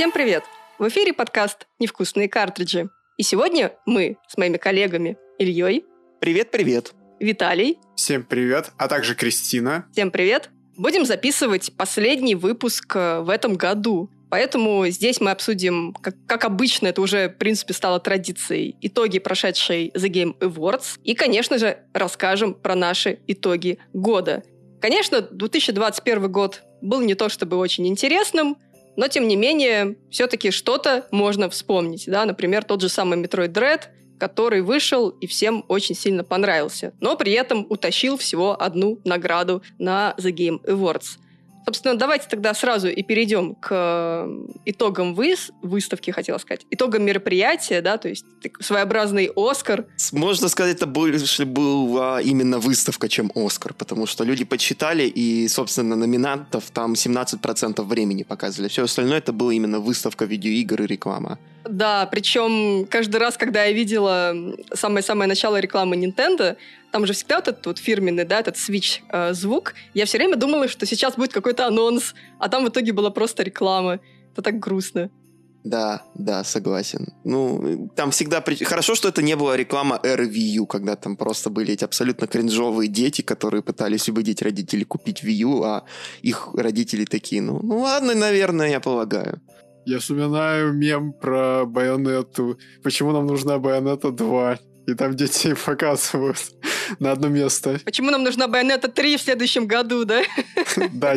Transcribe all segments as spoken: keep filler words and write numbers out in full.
Всем привет! В эфире подкаст «Невкусные картриджи». И сегодня мы с моими коллегами Ильей. Привет-привет. Виталий. Всем привет. А также Кристина. Всем привет. Будем записывать последний выпуск в этом году. Поэтому здесь мы обсудим, как, как обычно, это уже, в принципе, стало традицией, итоги прошедшей The Game Awards. И, конечно же, расскажем про наши итоги года. Конечно, две тысячи двадцать первый год был не то чтобы очень интересным, но, тем не менее, все-таки что-то можно вспомнить. Да? Например, тот же самый Metroid Dread, который вышел и всем очень сильно понравился, но при этом утащил всего одну награду на The Game Awards. Собственно, давайте тогда сразу и перейдем к итогам выс- выставки, хотела сказать, итогам мероприятия, да, то есть своеобразный Оскар. Можно сказать, это больше была именно выставка, чем Оскар, потому что люди подсчитали, и, собственно, номинантов там семнадцать процентов времени показывали. Все остальное это была именно выставка видеоигр и реклама. Да, причем каждый раз, когда я видела самое-самое начало рекламы Nintendo, там же всегда вот этот вот фирменный, да, этот Switch э, звук, я все время думала, что сейчас будет какой-то анонс, а там в итоге была просто реклама. Это так грустно. Да, да, согласен. Ну, там всегда... Хорошо, что это не была реклама эры Wii U, когда там просто были эти абсолютно кринжовые дети, которые пытались убедить родителей купить Wii U, а их родители такие, ну, ну ладно, наверное, я полагаю. Я вспоминаю мем про Байонетту. Почему нам нужна Байонетта два? И там детей показывают на одно место. Почему нам нужна Байонетта три в следующем году, да? Да.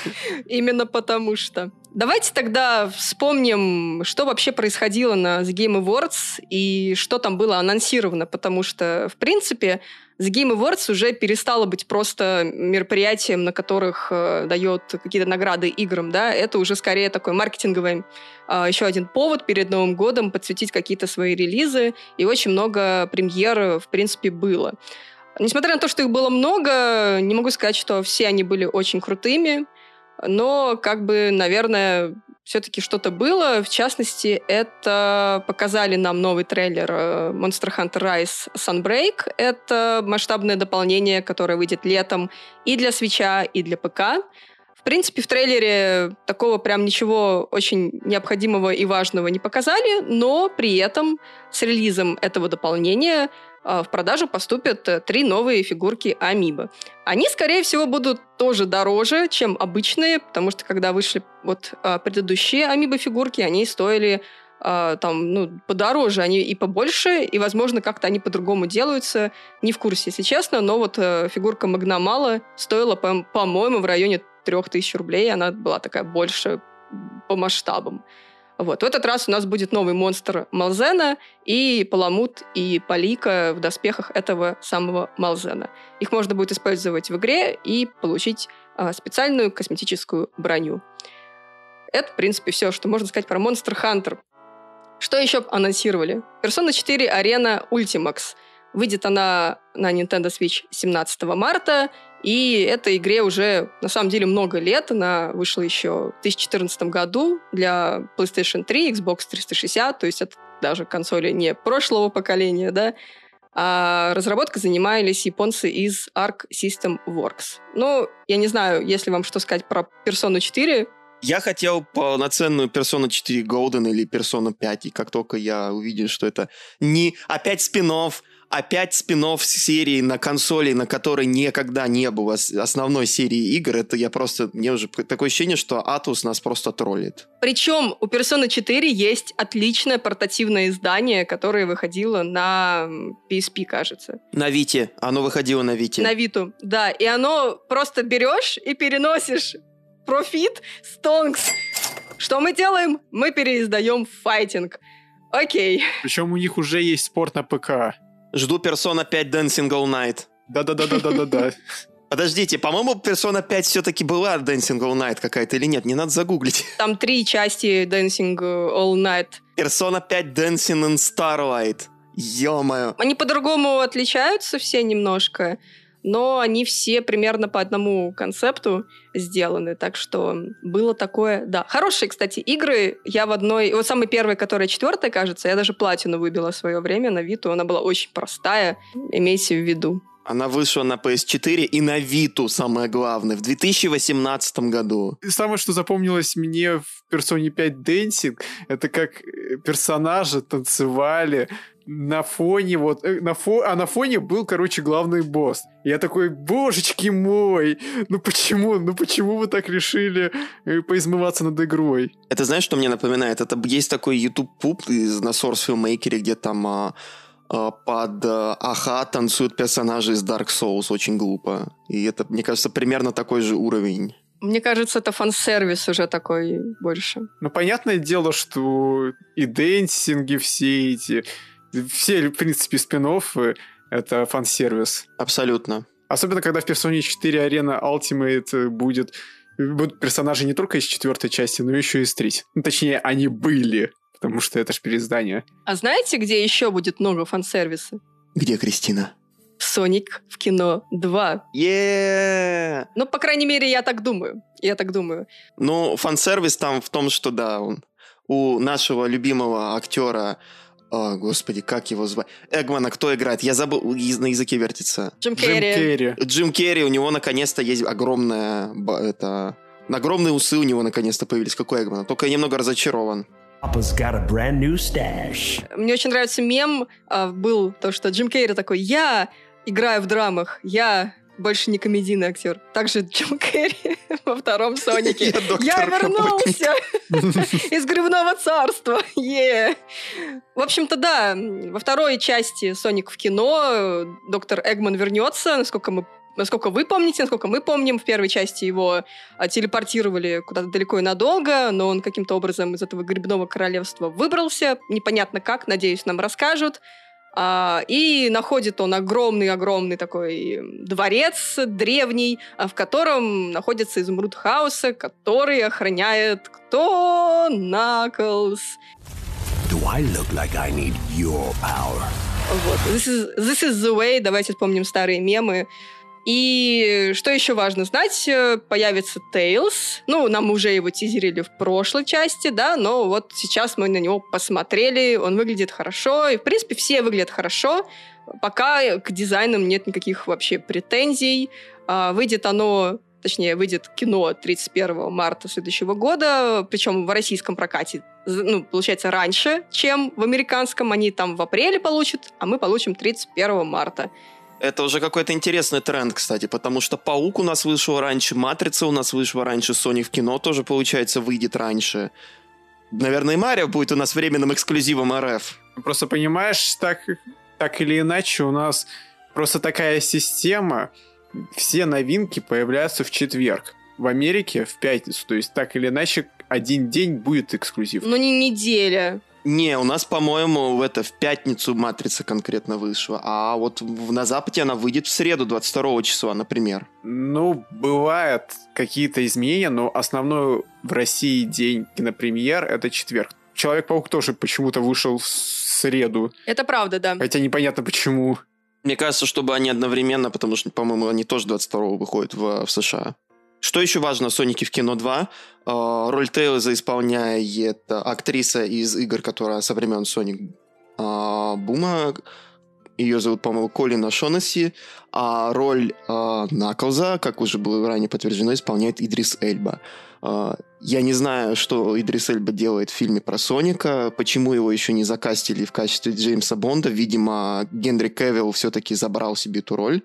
Именно потому что. Давайте тогда вспомним, что вообще происходило на The Game Awards и что там было анонсировано, потому что, в принципе, The Game Awards уже перестало быть просто мероприятием, на которых э, дает какие-то награды играм, да, это уже скорее такой маркетинговый э, еще один повод перед Новым годом подсветить какие-то свои релизы, и очень много премьер, в принципе, было. Несмотря на то, что их было много, не могу сказать, что все они были очень крутыми, но, как бы, наверное, все-таки что-то было. В частности, это показали нам новый трейлер Monster Hunter Rise Sunbreak. Это масштабное дополнение, которое выйдет летом и для Switch'а, и для ПК. В принципе, в трейлере такого прям ничего очень необходимого и важного не показали, но при этом с релизом этого дополнения в продажу поступят три новые фигурки Амибо. Они, скорее всего, будут тоже дороже, чем обычные, потому что когда вышли вот предыдущие Амибо-фигурки, они стоили там, ну, подороже, они и побольше, и, возможно, как-то они по-другому делаются. Не в курсе, если честно, но вот фигурка Магнамала стоила, по- по-моему, в районе трех тысяч рублей. Она была такая больше по масштабам. Вот. В этот раз у нас будет новый монстр Малзена и Паламут и Палика в доспехах этого самого Малзена. Их можно будет использовать в игре и получить а, специальную косметическую броню. Это, в принципе, все, что можно сказать про Monster Hunter. Что еще анонсировали? Persona четыре Arena Ultimax. Выйдет она на Nintendo Switch семнадцатого марта, и этой игре уже, на самом деле, много лет. Она вышла еще в две тысячи четырнадцатом году для PlayStation три, Xbox триста шестьдесят, то есть это даже консоли не прошлого поколения, да. А разработкой занимались японцы из Arc System Works. Ну, я не знаю, если вам что сказать про Persona четыре. Я хотел полноценную Persona четыре Golden или Persona пять, и как только я увидел, что это не опять спин-офф, опять спин-офф серии на консоли, на которой никогда не было основной серии игр, это я просто... Мне уже такое ощущение, что Atlus нас просто троллит. Причем у Persona четыре есть отличное портативное издание, которое выходило на пи эс пи, кажется. На Вите. Оно выходило на Вите. На Виту, да. И оно просто берешь и переносишь профит, стонкс. Что мы делаем? Мы переиздаем файтинг. Окей. Причем у них уже есть спорт на ПК. Жду Persona пять Dancing All Night. Да-да-да-да-да-да. Подождите, по-моему, Persona пять все-таки была Dancing All Night какая-то или нет? Не надо загуглить. Там три части Dancing All Night. Persona пять Dancing in Starlight. Ё-моё. Они по-другому отличаются все немножко, но они все примерно по одному концепту сделаны, так что было такое, да. Хорошие, кстати, игры. Я в одной... Вот самая первая, которая четвертая, кажется, я даже платину выбила в свое время на Виту. Она была очень простая, имейте в виду. Она вышла на пи эс четыре и на Виту, самое главное, в две тысячи восемнадцатом году. И самое, что запомнилось мне в Persona пять Dancing, это как персонажи танцевали на фоне вот... На фо, а на фоне был, короче, главный босс. Я такой, божечки мой, ну почему, ну почему вы так решили поизмываться над игрой? Это знаешь, что мне напоминает? Это есть такой YouTube-пуп из, на Source Filmmaker, где там... А... под аха танцуют персонажи из Dark Souls. Очень глупо. И это, мне кажется, примерно такой же уровень. Мне кажется, это фан-сервис уже такой больше. Ну, понятное дело, что и дэнсинги все эти, все, в принципе, спин-оффы — это фан-сервис. Абсолютно. Особенно, когда в Persona четыре Arena Ultimate будет, будут персонажи не только из четвертой части, но еще и из третьей. Ну, точнее, они были. Потому что это ж переиздание. А знаете, где еще будет много фан-сервиса? Где, Кристина? Соник в кино два. Yeah! Ну, по крайней мере, я так думаю. Я так думаю. Ну, фан-сервис там в том, что, да, он, у нашего любимого актера, о, господи, как его звать? Эгмана, кто играет? Я забыл, на языке вертится. Джим Керри. Джим Керри. Джим Керри, у него наконец-то есть огромная... Это, огромные усы у него наконец-то появились, как у Эгмана. Только я немного разочарован. Papa's got a brand new stash. Мне очень нравится мем, а, был то, что Джим Керри такой: я играю в драмах, я больше не комедийный актер. Также Джим Керри во втором Сонике. Я вернулся из грибного царства. В общем-то, да, во второй части Соник в кино доктор Эгман вернется, насколько мы Насколько вы помните, насколько мы помним, в первой части его а, телепортировали куда-то далеко и надолго, но он каким-то образом из этого грибного королевства выбрался. Непонятно как, надеюсь, нам расскажут. А, и находит он огромный-огромный такой дворец древний, а, в котором находится изумруд хаоса, который охраняет кто? Наклз. Do I look like I need your power? Вот. This is, this is the way. Давайте вспомним старые мемы. И что еще важно знать, появится Тейлз. Ну, нам уже его тизерили в прошлой части, да, но вот сейчас мы на него посмотрели, он выглядит хорошо, и, в принципе, все выглядят хорошо, пока к дизайнам нет никаких вообще претензий. Выйдет оно, точнее, выйдет кино тридцать первого марта следующего года, причем в российском прокате, ну, получается, раньше, чем в американском. Они там в апреле получат, а мы получим тридцать первого марта. Это уже какой-то интересный тренд, кстати, потому что «Паук» у нас вышел раньше, «Матрица» у нас вышла раньше, «Соник в кино» тоже, получается, выйдет раньше. Наверное, и «Марио» будет у нас временным эксклюзивом эр эф. Просто понимаешь, так, так или иначе у нас просто такая система, все новинки появляются в четверг. В Америке в пятницу, то есть так или иначе один день будет эксклюзив. Но не неделя. Не, у нас, по-моему, в, это, в пятницу «Матрица» конкретно вышла, а вот в, на Западе она выйдет в среду, двадцать второго числа, например. Ну, бывают какие-то изменения, но основной в России день кинопремьер — это четверг. «Человек-паук» тоже почему-то вышел в среду. Это правда, да. Хотя непонятно почему. Мне кажется, чтобы они одновременно, потому что, по-моему, они тоже двадцать второго выходят в, в США. Что еще важно в «Сонике в кино два»? Uh, роль Тейлза исполняет актриса из игр, которая со времен Соник uh, Бума. Ее зовут, по-моему, Колина Шонесси. А роль uh, Наклза, как уже было ранее подтверждено, исполняет Идрис Эльба. Uh, я не знаю, что Идрис Эльба делает в фильме про Соника, почему его еще не закастили в качестве Джеймса Бонда. Видимо, Генри Кевилл все-таки забрал себе эту роль.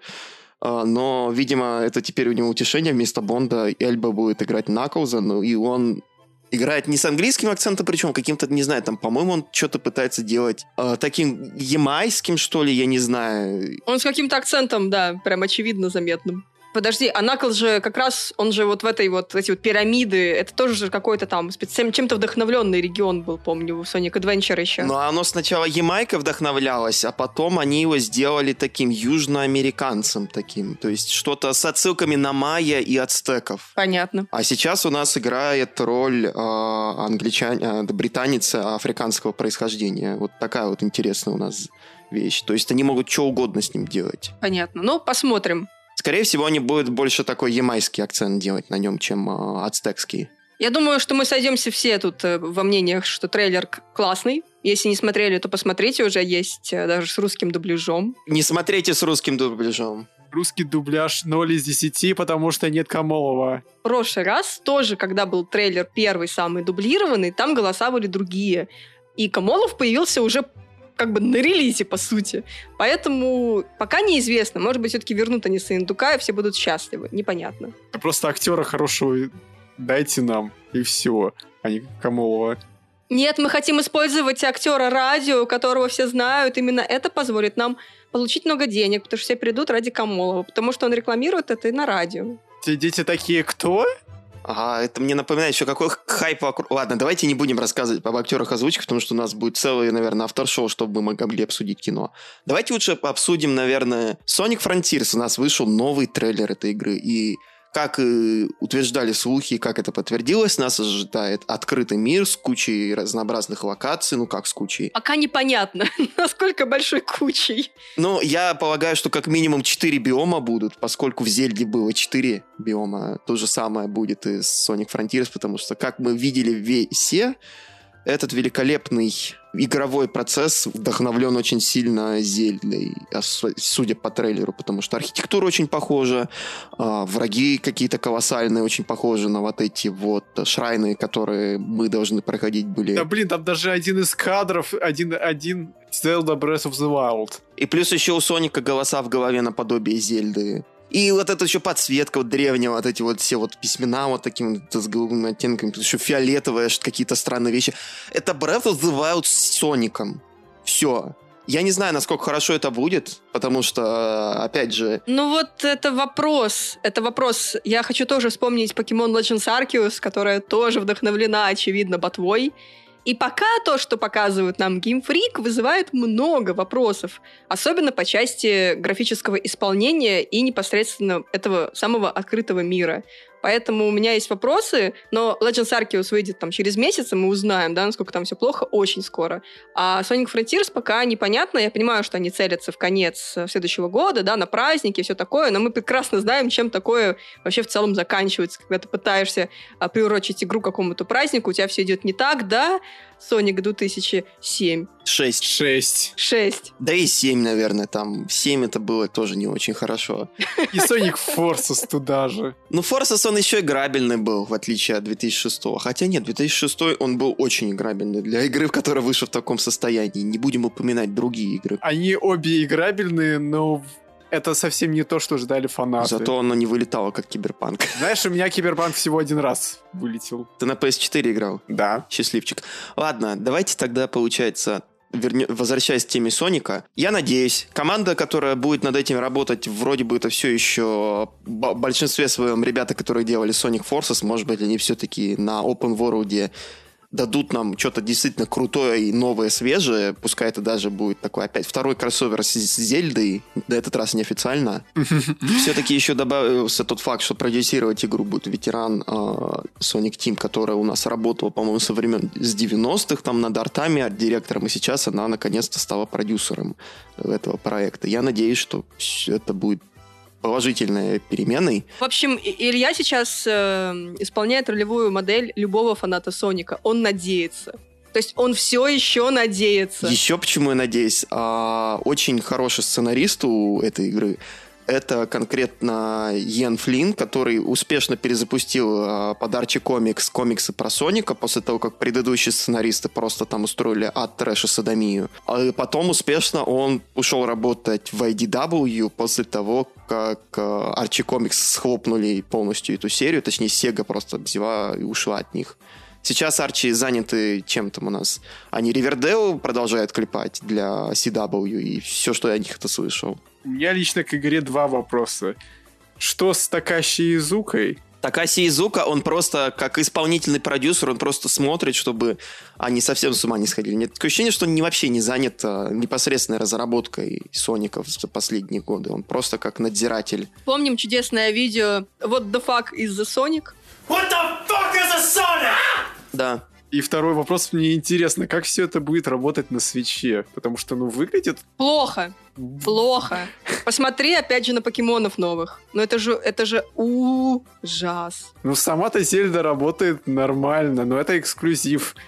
Но, видимо, это теперь у него утешение. Вместо Бонда Эльба будет играть Наклза, ну и он играет не с английским акцентом, причем каким-то, не знаю, там, по-моему, он что-то пытается делать э, таким ямайским, что ли, я не знаю. Он с каким-то акцентом, да, прям очевидно заметным. Подожди, а Наклз же как раз, он же вот в этой вот, эти вот пирамиды, это тоже же какой-то там специально чем-то вдохновленный регион был, помню, в Sonic Adventure еще. Ну, оно сначала Ямайка вдохновлялось, а потом они его сделали таким южноамериканцем таким, то есть что-то с отсылками на майя и ацтеков. Понятно. А сейчас у нас играет роль э, англичан, э, британец африканского происхождения. Вот такая вот интересная у нас вещь. То есть они могут что угодно с ним делать. Понятно. Ну, посмотрим. Скорее всего, они будут больше такой ямайский акцент делать на нем, чем э, ацтекский. Я думаю, что мы сойдемся все тут э, во мнениях, что трейлер классный. Если не смотрели, то посмотрите, уже есть э, даже с русским дубляжом. Не смотрите с русским дубляжом. Русский дубляж ноль из десяти, потому что нет Камолова. В прошлый раз тоже, когда был трейлер первый, самый дублированный, там голоса были другие. И Камолов появился уже как бы на релизе, по сути. Поэтому пока неизвестно. Может быть, все-таки вернут они Сыендука, и все будут счастливы. Непонятно. Просто актера хорошего дайте нам, и все, а не Камолова. Нет, мы хотим использовать актера радио, которого все знают. Именно это позволит нам получить много денег, потому что все придут ради Камолова, потому что он рекламирует это и на радио. Те дети такие кто? Ага, это мне напоминает еще какой хайп вокруг... Ладно, давайте не будем рассказывать об актерах озвучки, потому что у нас будет целое, наверное, автор-шоу, чтобы мы могли обсудить кино. Давайте лучше обсудим, наверное, Sonic Frontiers. У нас вышел новый трейлер этой игры, и как и утверждали слухи, как это подтвердилось, нас ожидает открытый мир с кучей разнообразных локаций. Ну, как с кучей? Пока непонятно, насколько большой кучей. Ну, я полагаю, что как минимум четыре биома будут, поскольку в Зельде было четыре биома. То же самое будет и с Sonic Frontiers, потому что, как мы видели в Весе, этот великолепный игровой процесс вдохновлен очень сильно Зельдой, судя по трейлеру, потому что архитектура очень похожа, враги какие-то колоссальные, очень похожи на вот эти вот шрайны, которые мы должны проходить были. Да блин, там даже один из кадров, один, один Zelda Breath of the Wild. И плюс еще у Соника голоса в голове наподобие Зельды. И вот это еще подсветка вот древняя, вот эти вот все вот письмена вот такими вот с голубыми оттенками, еще фиолетовые, какие-то странные вещи. Это Breath of the Wild с Соником. Все. Я не знаю, насколько хорошо это будет, потому что, опять же... Ну вот это вопрос. Это вопрос. Я хочу тоже вспомнить Pokemon Legends Arceus, которая тоже вдохновлена, очевидно, ботвой. И пока то, что показывают нам Game Freak, вызывает много вопросов. Особенно по части графического исполнения и непосредственно этого самого открытого мира. Поэтому у меня есть вопросы, но Legends Arceus выйдет там через месяц, и мы узнаем, да, насколько там все плохо, очень скоро. А Sonic Frontiers пока непонятно. Я понимаю, что они целятся в конец следующего года, да, на праздники и все такое, но мы прекрасно знаем, чем такое вообще в целом заканчивается, когда ты пытаешься а, приурочить игру к какому-то празднику, у тебя все идет не так, да? Sonic две тысячи семь. Шесть. Шесть. Шесть. Да и семь, наверное, там. Семь это было тоже не очень хорошо. И Sonic Forces туда же. Ну, Forces он еще играбельный был, в отличие от две тысячи шестого. Хотя нет, две тысячи шестой он был очень играбельный для игры, в которой вышел в таком состоянии. Не будем упоминать другие игры. Они обе играбельные, но это совсем не то, что ждали фанаты. Зато оно не вылетало, как Киберпанк. Знаешь, у меня Киберпанк всего один раз вылетел. Ты на пи эс четыре играл? Да. Счастливчик. Ладно, давайте тогда, получается... Верне... Возвращаясь к теме Соника, я надеюсь, команда, которая будет над этим работать, вроде бы это все еще в большинстве своем ребята, которые делали Sonic Forces, может быть, они все-таки на Open World дадут нам что-то действительно крутое и новое, свежее, пускай это даже будет такой опять второй кроссовер с Зельдой, на этот раз неофициально. Все-таки еще добавился тот факт, что продюсировать игру будет ветеран э, Sonic Team, которая у нас работала, по-моему, со времен с девяностых, там над артами, арт-директором, и сейчас она наконец-то стала продюсером этого проекта. Я надеюсь, что это будет положительной переменой. В общем, Илья сейчас э, исполняет ролевую модель любого фаната Соника. Он надеется. То есть он все еще надеется. Еще почему я надеюсь? А, очень хороший сценарист у этой игры. Это конкретно Йен Флинн, который успешно перезапустил а, под Арчи Комикс комиксы про Соника после того, как предыдущие сценаристы просто там устроили ад, трэш и содомию. А потом успешно он ушел работать в ай ди дабл ю после того, как а, Арчи Комикс схлопнули полностью эту серию, точнее Сега просто взяла и ушла от них. Сейчас Арчи заняты чем там у нас. Они Ривердейл продолжают клепать для си дабл ю, и все, что я о них это слышал. У меня лично к игре два вопроса. Что с Такаши Изукой? Такаси Изука, он просто, как исполнительный продюсер, он просто смотрит, чтобы они совсем с ума не сходили. Нет такое ощущение, что он вообще не занят а, непосредственной разработкой Соников за последние годы. Он просто как надзиратель. Помним чудесное видео «What the fuck is the Sonic?» What the fuck is a Sonic? Да. И второй вопрос, мне интересно, как все это будет работать на свитче? Потому что, ну, выглядит... Плохо. Плохо. Посмотри, опять же, на покемонов новых. Но это же, это же ужас. Ну, сама-то Зельда работает нормально, но это эксклюзив.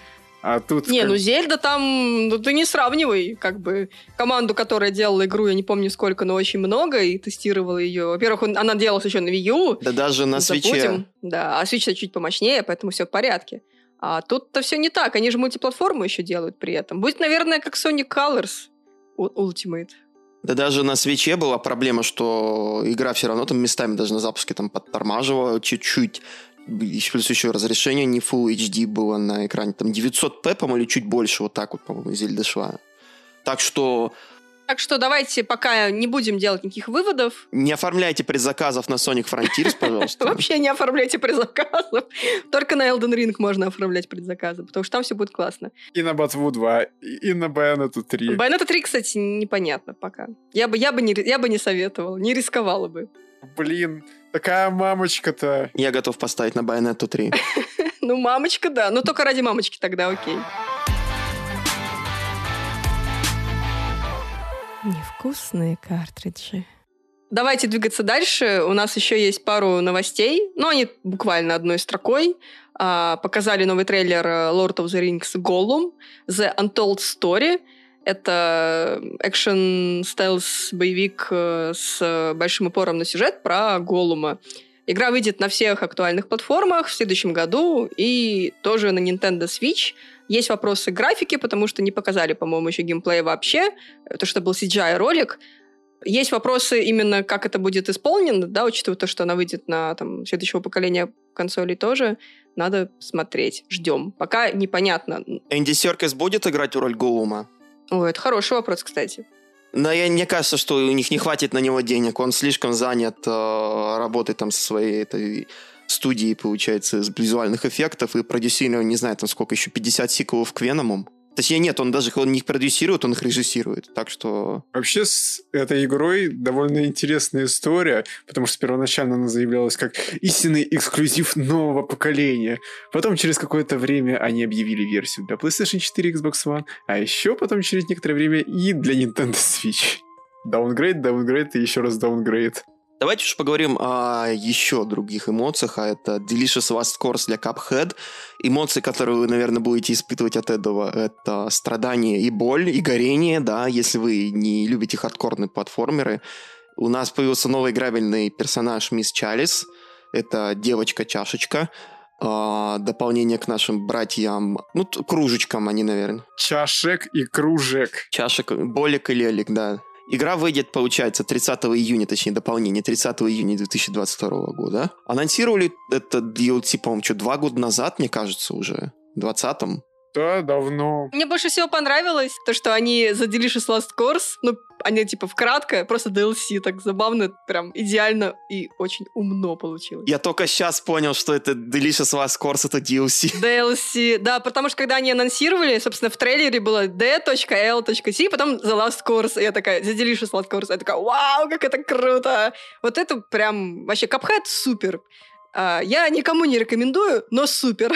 А тут... Не, как... ну Зельда там, ну ты не сравнивай, как бы, команду, которая делала игру, я не помню сколько, но очень много, и тестировала ее. Во-первых, он, она делалась еще на Wii U. Да даже на Switch. Да, а Switch чуть помощнее, поэтому все в порядке. А тут-то все не так, они же мультиплатформу еще делают при этом. Будет, наверное, как Sonic Colors Ultimate. Да даже на Switch была проблема, что игра все равно там местами даже на запуске там подтормаживала чуть-чуть. Плюс еще разрешение не Full эйч ди было на экране. Там девятьсот пэ, по-моему, или чуть больше. Вот так вот, по-моему, Зельда шла. Так что... Так что давайте пока не будем делать никаких выводов. Не оформляйте предзаказов на Sonic Frontiers, пожалуйста. Вообще не оформляйте предзаказов. Только на Elden Ring можно оформлять предзаказы, потому что там все будет классно. И на Ботву два, и на Bayonetta три. Bayonetta три, кстати, непонятно пока. Я бы, я бы, не, я бы не советовала, не рисковала бы. Блин, такая мамочка-то. Я готов поставить на Bayonetta три. Ну, мамочка, да. Но только ради мамочки тогда окей. Невкусные картриджи. Давайте двигаться дальше. У нас еще есть пару новостей. Ну, они буквально одной строкой. А, показали новый трейлер Lord of the Rings Gollum The Untold Story. Это экшен-стелс-боевик с большим упором на сюжет про Голлума. Игра выйдет на всех актуальных платформах в следующем году и тоже на Nintendo Switch. Есть вопросы графики, потому что не показали, по-моему, еще геймплея вообще. То, что был си джи ай-ролик. Есть вопросы именно, как это будет исполнено, да, учитывая то, что она выйдет на там, следующего поколения консолей тоже. Надо смотреть. Ждем. Пока непонятно. Энди Серкис будет играть роль Голлума? Ой, это хороший вопрос, кстати. Но я, мне кажется, что у них не хватит на него денег. Он слишком занят э, работой там со своей этой студией, получается, с визуальных эффектов и продюсировал, не знаю, там сколько еще, пятьдесят сиквелов к Веному. Точнее, нет, он даже он не их продюсирует, он их режиссирует. Так что... Вообще с этой игрой довольно интересная история, потому что первоначально она заявлялась как истинный эксклюзив нового поколения. Потом через какое-то время они объявили версию для PlayStation четыре и Xbox One, а еще потом через некоторое время и для Nintendo Switch. Даунгрейд, даунгрейд и еще раз даунгрейд. Давайте уж поговорим о еще других эмоциях, а это Delicious Last Course для Cuphead. Эмоции, которые вы, наверное, будете испытывать от этого, это страдание и боль, и горение, да, если вы не любите хардкорные платформеры. У нас появился новый играбельный персонаж Мисс Чалис, это девочка-чашечка, дополнение к нашим братьям, ну, кружечкам они, наверное. Чашек и кружек. Чашек, Болик и Лелик, да. Игра выйдет, получается, тридцатого июня, точнее, дополнение, тридцатого июня две тысячи двадцать второго года. Анонсировали это ди эл си, по-моему, что, два года назад, мне кажется, уже, в двадцатом. Да, давно. Мне больше всего понравилось то, что они за Delicious Last Course, ну, они типа вкратко, просто ди эл си, так забавно, прям идеально и очень умно получилось. Я только сейчас понял, что это Delicious Last Course, это ди эл си. ди эл си, да, потому что когда они анонсировали, собственно, в трейлере было D.L.C, потом The Last Course, и я такая, The Delicious Last Course, я такая, вау, как это круто! Вот это прям, вообще, Cuphead супер. Я никому не рекомендую, но супер.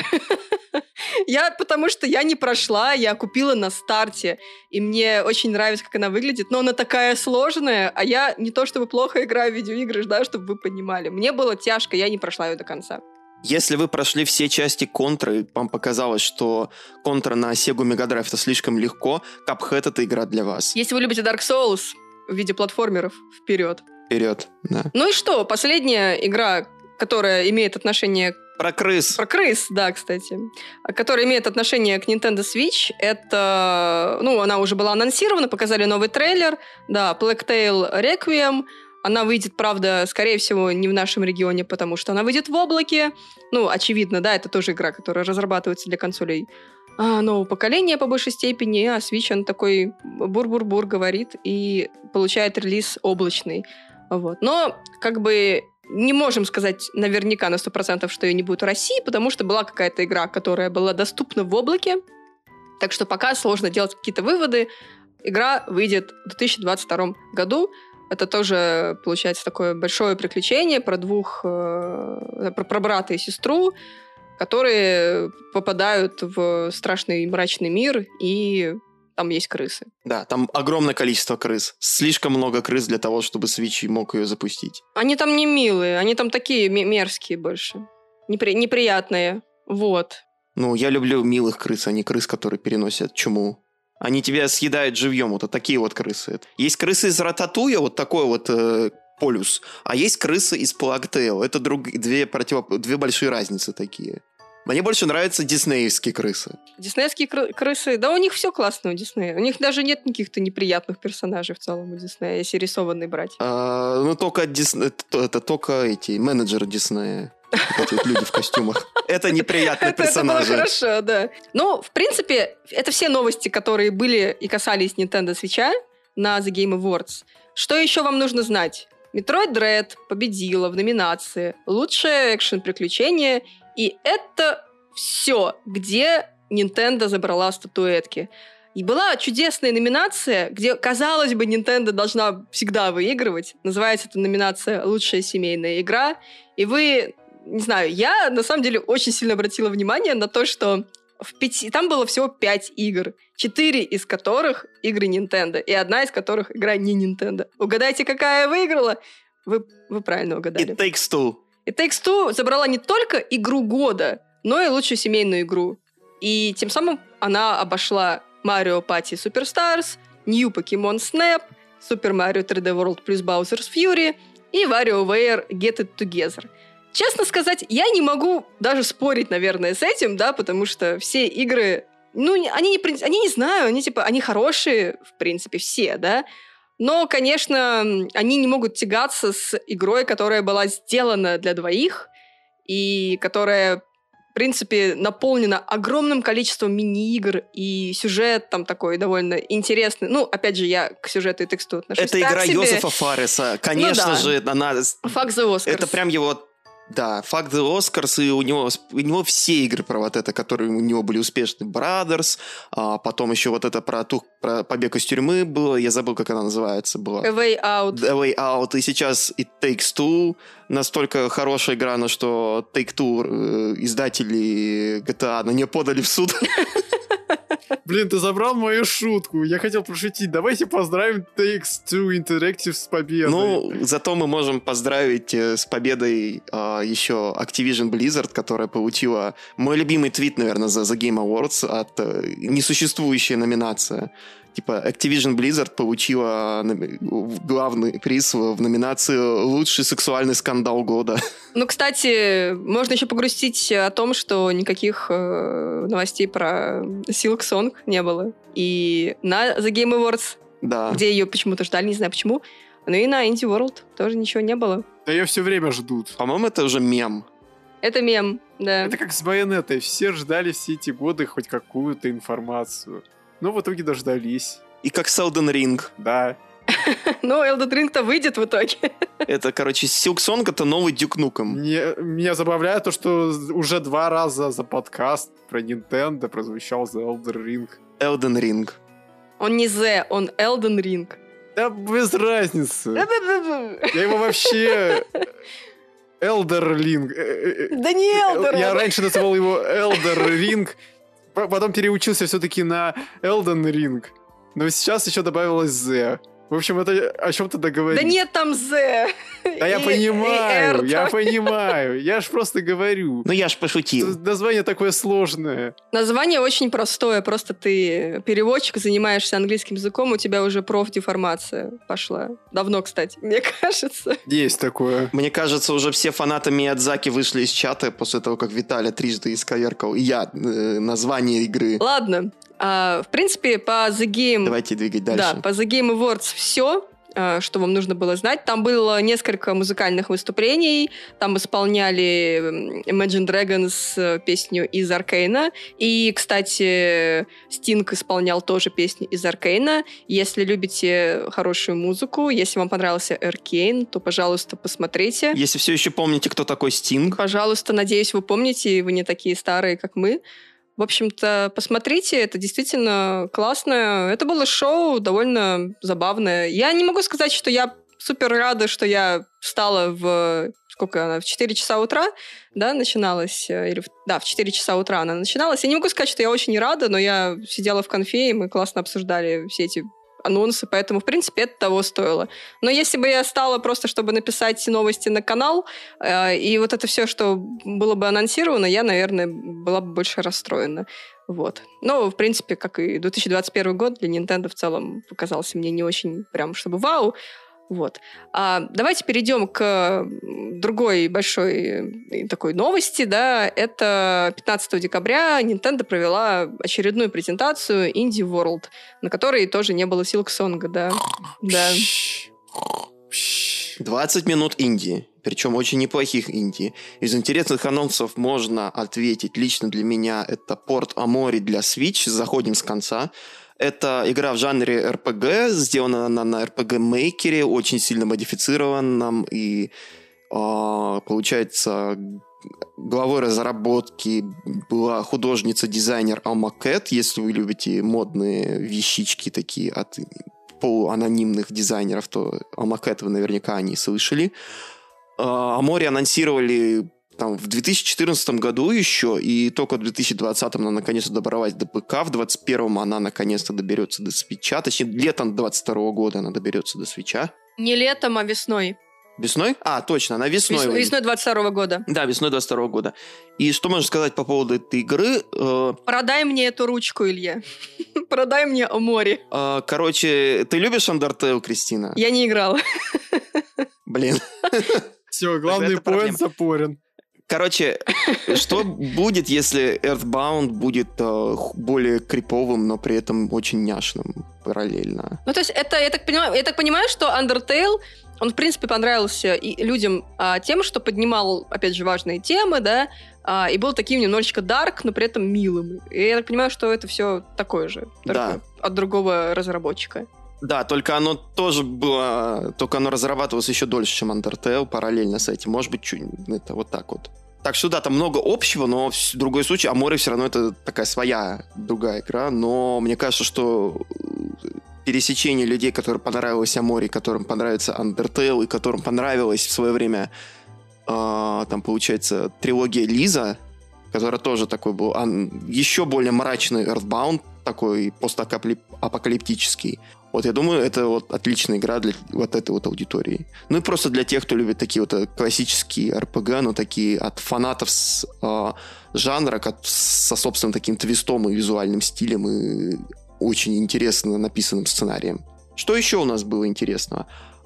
Я, потому что я не прошла, я купила на старте, и мне очень нравится, как она выглядит, но она такая сложная, а я не то чтобы плохо играю в видеоигры, да, чтобы вы понимали. Мне было тяжко, я не прошла ее до конца. Если вы прошли все части Контры, вам показалось, что Контра на Sega Mega Drive это слишком легко, Cuphead это игра для вас. Если вы любите Dark Souls в виде платформеров, вперед. Вперед, да. Ну и что, последняя игра, которая имеет отношение... Про крыс. Про крыс, да, кстати. Которая имеет отношение к Nintendo Switch. Это... Ну, она уже была анонсирована, показали новый трейлер. Да, Plague Tale Requiem. Она выйдет, правда, скорее всего, не в нашем регионе, потому что она выйдет в облаке. Ну, очевидно, да, это тоже игра, которая разрабатывается для консолей а, нового поколения по большей степени. А Switch, он такой бур-бур-бур говорит и получает релиз облачный. Вот. Но, как бы... Не можем сказать наверняка на сто процентов, что ее не будет в России, потому что была какая-то игра, которая была доступна в облаке. Так что пока сложно делать какие-то выводы. Игра выйдет в две тысячи двадцать втором году. Это тоже, получается, такое большое приключение про двух... Э, про, про брата и сестру, которые попадают в страшный мрачный мир, и там есть крысы. Да, там огромное количество крыс. Слишком много крыс для того, чтобы Switch мог ее запустить. Они там не милые, они там такие мерзкие больше. Непри- неприятные. Вот. Ну, я люблю милых крыс, а не крыс, которые переносят чуму. Они тебя съедают живьем, вот такие вот крысы. Есть крысы из Рататуя, вот такой вот э, полюс, а есть крысы из Plague Tale. Это друг, две, против, две большие разницы такие. Мне больше нравятся диснеевские крысы. Диснеевские кры- крысы, да у них все классно у Диснея. У них даже нет каких-то неприятных персонажей в целом у Диснея, если рисованные брать. А, ну, только Дисне... это, это только эти менеджеры Диснея. Вот эти люди в костюмах. Это неприятные персонажи. Это было хорошо, да. Ну, в принципе, это все новости, которые были и касались Nintendo Switch на The Game Awards. Что еще вам нужно знать? Metroid Dread победила в номинации «Лучшее экшен-приключение», и это все, где Nintendo забрала статуэтки. И была чудесная номинация, где, казалось бы, Nintendo должна всегда выигрывать. Называется эта номинация «Лучшая семейная игра». И вы, не знаю, я на самом деле очень сильно обратила внимание на то, что в пяти... там было всего пять игр, четыре из которых игры Nintendo, и одна из которых игра не Nintendo. Угадайте, какая выиграла? Вы, вы правильно угадали. It Takes Two. It Takes Two забрала не только игру года, но и лучшую семейную игру. И тем самым она обошла Mario Party Superstars, New Pokemon Snap, Super Mario три дэ World плюс Bowser's Fury и WarioWare Get It Together. Честно сказать, я не могу даже спорить, наверное, с этим, да, потому что все игры, ну, они не, они не знаю, они типа, они хорошие, в принципе, все, да, но, конечно, они не могут тягаться с игрой, которая была сделана для двоих и которая, в принципе, наполнена огромным количеством мини-игр, и сюжет там такой довольно интересный. Ну, опять же, я к сюжету и тексту отношусь Это так игра себе. Йозефа Фарреса. Конечно Ну, да. же, она... Fuck the Oscars. Это прям его... Да, Fuck the Oscars, и у него, у него все игры про вот это, которые у него были успешны. Brothers, а потом еще вот это про, ту, про побег из тюрьмы было, я забыл, как она называется. Была. A Way Out. A Way Out, и сейчас It Takes Two. Настолько хорошая игра, на что Take-Two, э, издатели джи ти эй, на нее подали в суд. Блин, ты забрал мою шутку. Я хотел пошутить. Давайте поздравим Takes-Two Interactive с победой. Ну, зато мы можем поздравить э, с победой э, еще Activision Blizzard, которая получила мой любимый твит, наверное, за The Game Awards от э, несуществующая номинация. Типа, Activision Blizzard получила главный приз в номинации «Лучший сексуальный скандал года». Ну, кстати, можно еще погрустить о том, что никаких э, новостей про Silk Song не было. И на The Game Awards, Да. где ее почему-то ждали, не знаю почему, ну и на Indie World тоже ничего не было. Да ее все время ждут. По-моему, это уже мем. Это мем, да. Это как с Байонетой. Все ждали все эти годы хоть какую-то информацию. Но в итоге дождались. И как с Elden Ring. Да. Ну, Elden Ring-то выйдет в итоге. Это, короче, Silk Song — это новый Duke Nukem. Мне, меня забавляет то, что уже два раза за подкаст про Nintendo прозвучал The Elden Ring. Elden Ring. Он не The, он Elden Ring. Да без разницы. Я его вообще... Elder Ring. Да не Elder. Я раньше называл его Elder Ring, потом переучился все-таки на Elden Ring. Но сейчас еще добавилось The. В общем, это о чем-то договорились. Да нет там The. Да я И- понимаю, и я R. понимаю. Я ж просто говорю. Ну, я ж пошутил. Название такое сложное. Название очень простое. Просто ты переводчик, занимаешься английским языком, у тебя уже профдеформация пошла. Давно, кстати, мне кажется. Есть такое. Мне кажется, уже все фанаты Миядзаки вышли из чата после того, как Виталя трижды исковеркал я э, название игры. Ладно. А, в принципе, по The Game... Давайте двигать Да, дальше. по The Game Awards все, что вам нужно было знать. Там было несколько музыкальных выступлений. Там исполняли Imagine Dragons песню из Аркейна. И, кстати, Стинг исполнял тоже песню из Аркейна. Если любите хорошую музыку, если вам понравился Аркейн, то, пожалуйста, посмотрите. Если все еще помните, кто такой Стинг, Пожалуйста, надеюсь, вы помните, и вы не такие старые, как мы. В общем-то, посмотрите, это действительно классно. Это было шоу довольно забавное. Я не могу сказать, что я супер рада, что я встала в... Сколько она? В четыре часа утра, да, начиналась? Или в, да, в четыре часа утра она начиналась. Я не могу сказать, что я очень рада, но я сидела в конфе, и мы классно обсуждали все эти анонсы, поэтому, в принципе, это того стоило. Но если бы я стала просто, чтобы написать новости на канал, э, и вот это все, что было бы анонсировано, я, наверное, была бы больше расстроена. Вот. Но, в принципе, как и две тысячи двадцать первый год для Nintendo в целом показался мне не очень прям, чтобы вау. Вот. А давайте перейдем к другой большой такой новости. Да. Это пятнадцатого декабря Nintendo провела очередную презентацию Indie World, на которой тоже не было Silksong. Да. Да. двадцать минут инди, причем очень неплохих инди. Из интересных анонсов можно ответить лично для меня. Это порт Amori для Switch. Заходим с конца. Это игра в жанре эр пи джи, сделана она на эр пи джи Maker, очень сильно модифицированном, и э, получается, главой разработки была художница-дизайнер Alma Cat. Если вы любите модные вещички такие от полуанонимных дизайнеров, то Alma Cat вы наверняка о ней слышали. Amori анонсировали там, в две тысячи четырнадцатом году еще, и только в две тысячи двадцатом она наконец-то добралась до ПК, в двадцать первом она наконец-то доберется до Свитча, точнее, летом двадцать второго года она доберется до Свитча. Не летом, а весной. Весной? А, точно, она весной. Вес, весной двадцать второго года. Да, весной двадцать второго года. И что можно сказать по поводу этой игры? Продай мне эту ручку, Илья. Продай мне Amori. Короче, ты любишь Undertale, Кристина? Я не играла. Блин. Все, главный поинт запорен. Короче, что будет, если Earthbound будет э, более криповым, но при этом очень няшным параллельно? Ну, то есть, это, я так понимаю, я так понимаю, что Undertale, он, в принципе, понравился и людям а, тем, что поднимал, опять же, важные темы, да, а, и был таким немножечко дарк, но при этом милым. И я так понимаю, что это все такое же, только да. от другого разработчика. Да, только оно тоже было... Только оно разрабатывалось еще дольше, чем Undertale, параллельно с этим. Может быть, чуть... Это вот так вот. Так что да, там много общего, но в другой случай Amori все равно это такая своя другая игра. Но мне кажется, что пересечение людей, которым понравилось Amori, которым понравится Undertale, и которым понравилась в свое время э, там, получается, трилогия Лиза, которая тоже такой был, он, еще более мрачный Earthbound, такой постапокалиптический. Вот я думаю, это вот отличная игра для вот этой вот аудитории. Ну и просто для тех, кто любит такие вот классические эр пи джи, но такие от фанатов с, э, жанра, как, со собственным таким твистом и визуальным стилем, и очень интересно написанным сценарием. Что еще у нас было интересного?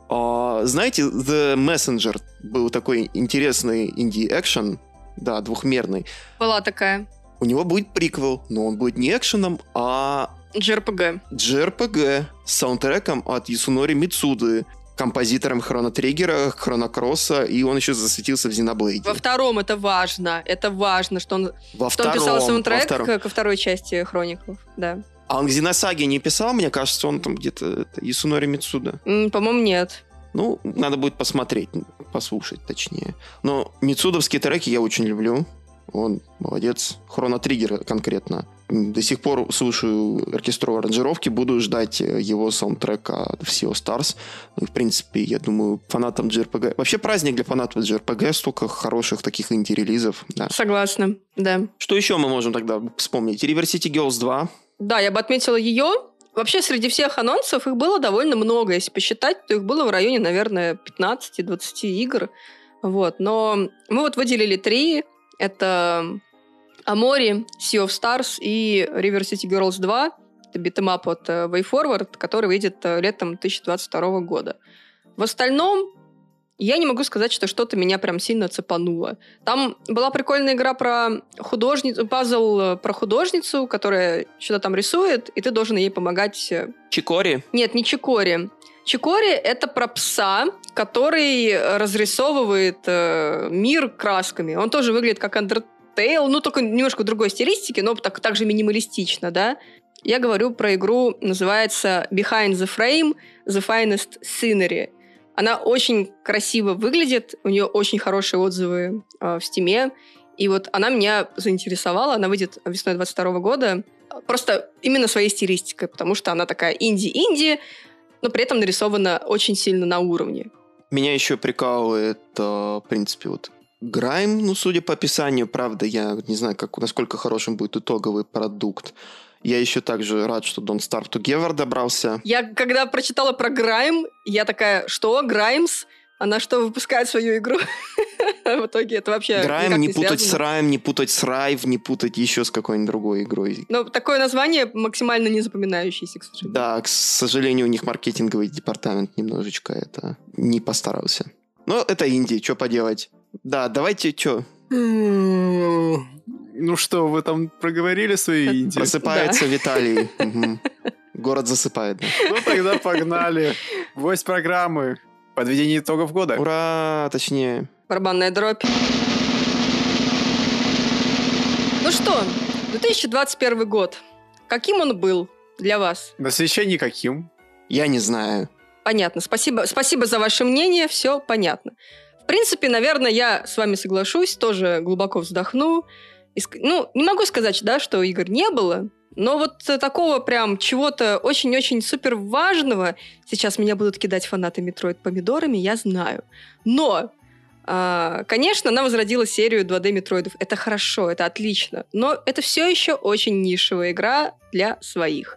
Э, знаете, The Messenger был такой интересный инди-экшен, да, двухмерный. Была такая. У него будет приквел, но он будет не экшеном, а... джей ар пи джи. джей ар пи джи с саундтреком от Ясунори Мицуды, композитором Хроно Триггера, Хроно Кросса, и он еще засветился в Xenoblade. Во втором это важно. Это важно, что он, во что втором, он писал саундтрек во ко второй части Хроников. Да. А он Xenosaga не писал? Мне кажется, он там где-то... Ясунори Мицуда. М, по-моему, нет. Ну, надо будет посмотреть, послушать точнее. Но мицудовские треки я очень люблю. Он молодец. Хроно Триггер конкретно. До сих пор слушаю оркестровые аранжировки, буду ждать его саундтрека в Sea of Stars. Ну, в принципе, я думаю, фанатам джей ар пи джи... Вообще праздник для фанатов джей ар пи джи, столько хороших таких инди-релизов. Да. Согласна, да. Что еще мы можем тогда вспомнить? River City Girls два. Да, я бы отметила ее. Вообще, среди всех анонсов их было довольно много. Если посчитать, то их было в районе, наверное, пятнадцать-двадцать игр. Вот. Но мы вот выделили три. Это Amori, Sea of Stars и River City Girls два. Это битэмап от WayForward, который выйдет летом две тысячи двадцать второго года. В остальном я не могу сказать, что что-то меня прям сильно цепануло. Там была прикольная игра про художницу, пазл про художницу, которая что-то там рисует, и ты должен ей помогать. Чикори? Нет, не Чикори. Чикори — это про пса, который разрисовывает э, мир красками. Он тоже выглядит как Undertale, ну, только немножко в другой стилистике, но так, так же минималистично, да. Я говорю про игру, называется Behind the Frame – The Finest Scenery. Она очень красиво выглядит, у нее очень хорошие отзывы э, в Steam, и вот она меня заинтересовала, она выйдет весной двадцать второго года, просто именно своей стилистикой, потому что она такая инди-инди, но при этом нарисована очень сильно на уровне. Меня еще прикалывает, в принципе, вот Грайм, ну, судя по описанию, правда, я не знаю, как, насколько хорошим будет итоговый продукт. Я еще также рад, что Don't Starve Together добрался. Я когда прочитала про Грайм, я такая, что, Граймс? Она что, выпускает свою игру? В итоге это вообще Грайм, не путать с Райм, не путать с Райв, не путать еще с какой-нибудь другой игрой. Ну, такое название максимально не запоминающееся, к сожалению. Да, к сожалению, у них маркетинговый департамент немножечко это не постарался. Но это инди, что поделать. Да, давайте, что? Ну что, вы там проговорили свои инди? Просыпается Виталий. Город засыпает. Ну тогда погнали. Гвоздь программы. Подведение итогов года. Ура, точнее. Барабанная дробь. Ну что, две тысячи двадцать первый год. Каким он был для вас? На свече никаким. Я не знаю. Понятно. Спасибо, спасибо за ваше мнение. Все понятно. В принципе, наверное, я с вами соглашусь. Тоже глубоко вздохну. И, ну, не могу сказать, да, что игр не было. Но вот такого прям чего-то очень-очень супер важного, сейчас меня будут кидать фанаты Metroid помидорами, я знаю. Но, э, конечно, она возродила серию два дэ-метроидов. Это хорошо, это отлично. Но это все еще очень нишевая игра для своих.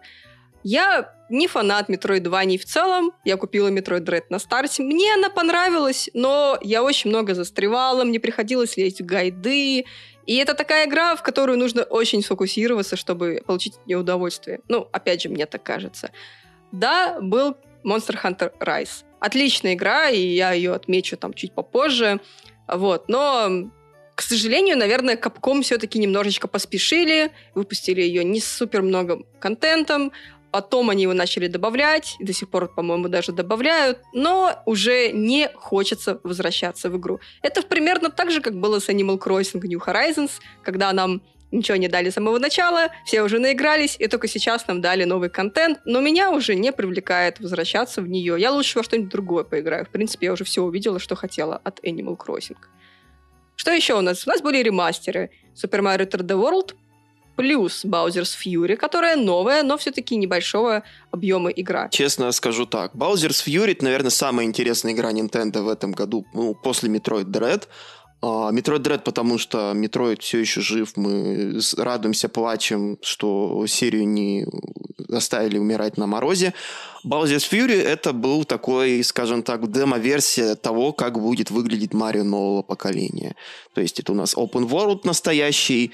Я не фанат Metroidvania в целом. Я купила Metroid Dread на старте. Мне она понравилась, но я очень много застревала, мне приходилось лезть в гайды. И это такая игра, в которую нужно очень сфокусироваться, чтобы получить от нее удовольствие. Ну, опять же, мне так кажется. Да, был Monster Hunter Rise. Отличная игра, и я ее отмечу там чуть попозже. Вот. Но, к сожалению, наверное, Capcom все-таки немножечко поспешили, выпустили ее не с супер много контентом. Потом они его начали добавлять, и до сих пор, по-моему, даже добавляют, но уже не хочется возвращаться в игру. Это примерно так же, как было с Animal Crossing New Horizons, когда нам ничего не дали с самого начала, все уже наигрались, и только сейчас нам дали новый контент, но меня уже не привлекает возвращаться в нее. Я лучше во что-нибудь другое поиграю. В принципе, я уже все увидела, что хотела от Animal Crossing. Что еще у нас? У нас были ремастеры Super Mario три дэ World, плюс Bowser's Fury, которая новая, но все-таки небольшого объема игра. Честно скажу так. Bowser's Fury — это, наверное, самая интересная игра Nintendo в этом году, ну, после Metroid Dread. Uh, Metroid Dread, потому что Metroid все еще жив, мы радуемся, плачем, что серию не оставили умирать на морозе. Bowser's Fury — это был такой, скажем так, демо-версия того, как будет выглядеть Марио нового поколения. То есть это у нас open world настоящий,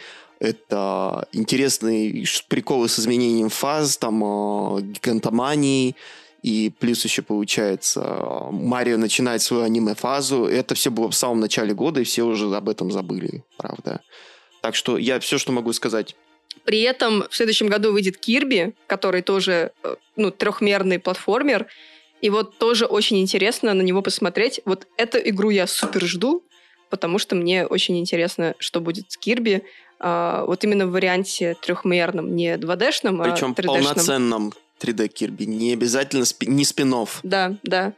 это интересные приколы с изменением фаз, там, гигантомании, и плюс еще, получается, Марио начинает свою аниме-фазу. Это все было в самом начале года, и все уже об этом забыли, правда. Так что я все, что могу сказать. При этом в следующем году выйдет Кирби, который тоже, ну, трехмерный платформер, и вот тоже очень интересно на него посмотреть. Вот эту игру я супер жду, потому что мне очень интересно, что будет с Кирби. Uh, вот именно в варианте трехмерном, не два дэ-шном, а причем три дэ-шном. Полноценном три дэ Кирби, не обязательно спи- не спин-офф. Да, да.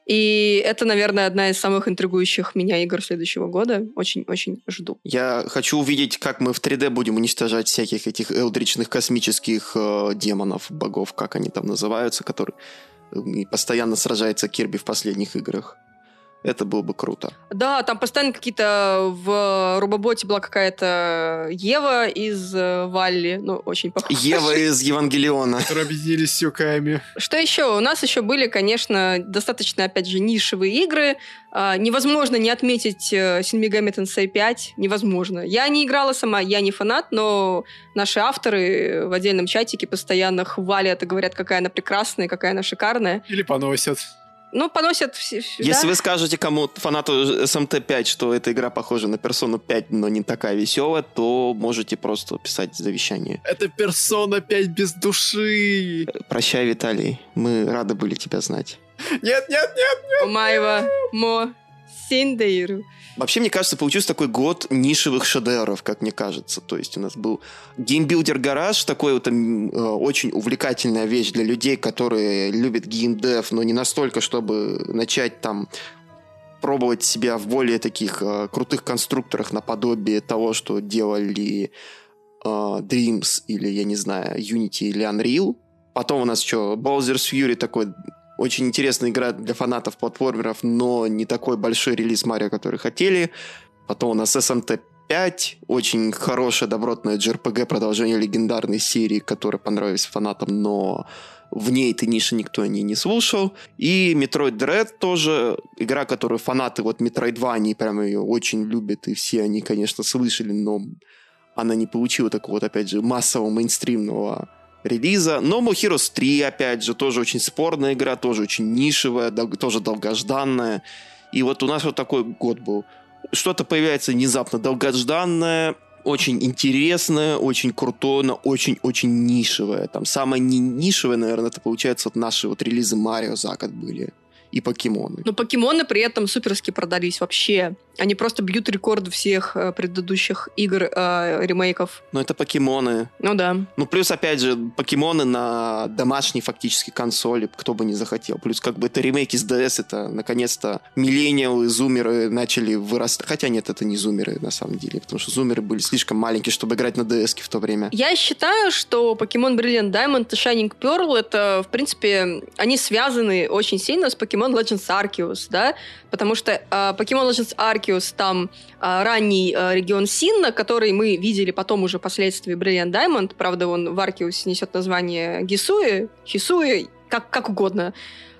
И это, наверное, одна из самых интригующих меня игр следующего года. Очень-очень жду. Я хочу увидеть, как мы в три дэ будем уничтожать всяких этих элдричных космических э, демонов, богов, как они там называются, которые э, постоянно сражается Кирби в последних играх. Это было бы круто. Да, там постоянно какие-то... В Робоботе была какая-то Ева из э, Валли. Ну, очень похоже. Ева из Евангелиона. Которые объединились с Юками. Что еще? У нас еще были, конечно, достаточно, опять же, нишевые игры. А, невозможно не отметить э, Shin Megami Tensei пять. Невозможно. Я не играла сама, я не фанат, но наши авторы в отдельном чатике постоянно хвалят и говорят, какая она прекрасная, какая она шикарная. Или поносят. Ну, поносят все. Если да? вы скажете кому фанату эс эм тэ пять, что эта игра похожа на Персону пять, но не такая веселая, то можете просто писать завещание. Это Персона пять без души. Прощай, Виталий. Мы рады были тебя знать. Нет, нет, нет, нет. Омайва мо синдейру. Вообще, мне кажется, получился такой год нишевых шедевров, как мне кажется. То есть у нас был геймбилдер гараж, такой вот э, очень увлекательная вещь для людей, которые любят геймдев, но не настолько, чтобы начать там пробовать себя в более таких э, крутых конструкторах наподобие того, что делали э, Dreams или, я не знаю, Unity или Unreal. Потом у нас что, Bowser's Fury такой... Очень интересная игра для фанатов платформеров, но не такой большой релиз Марио, который хотели. Потом у нас эс эм тэ пять. Очень хорошее, добротное джей ар пи джи, продолжение легендарной серии, которая понравилась фанатам, но вне этой ниши никто о ней не слушал. И Metroid Dread тоже игра, которую фанаты вот Metroidvania прямо ее очень любят, и все они, конечно, слышали, но она не получила такого вот, опять же, массового мейнстримного релиза. No More Heroes три, опять же, тоже очень спорная игра, тоже очень нишевая, дол- тоже долгожданная. И вот у нас вот такой год был. Что-то появляется внезапно долгожданное, очень интересное, очень крутое, но очень-очень нишевое. Там самое не нишевое, наверное, это получается вот наши вот релизы Марио за год были. И покемоны. Но покемоны при этом суперски продались вообще. Они просто бьют рекорды всех э, предыдущих игр, э, ремейков. Но это покемоны. Ну да. Ну плюс, опять же, покемоны на домашней фактически консоли, кто бы не захотел. Плюс как бы это ремейки с ди эс, это наконец-то миллениалы, зумеры начали вырастать. Хотя нет, это не зумеры на самом деле, потому что зумеры были слишком маленькие, чтобы играть на ди эс-ке в то время. Я считаю, что Pokemon Brilliant Diamond и Shining Pearl, это, в принципе, они связаны очень сильно с Pokemon Legends Arceus, да, потому что э, Pokemon Legends Arceus там э, ранний э, регион Синна, который мы видели потом уже впоследствии Brilliant Diamond, правда, он в Arceus несет название Гисуи, Хисуи, как, как угодно,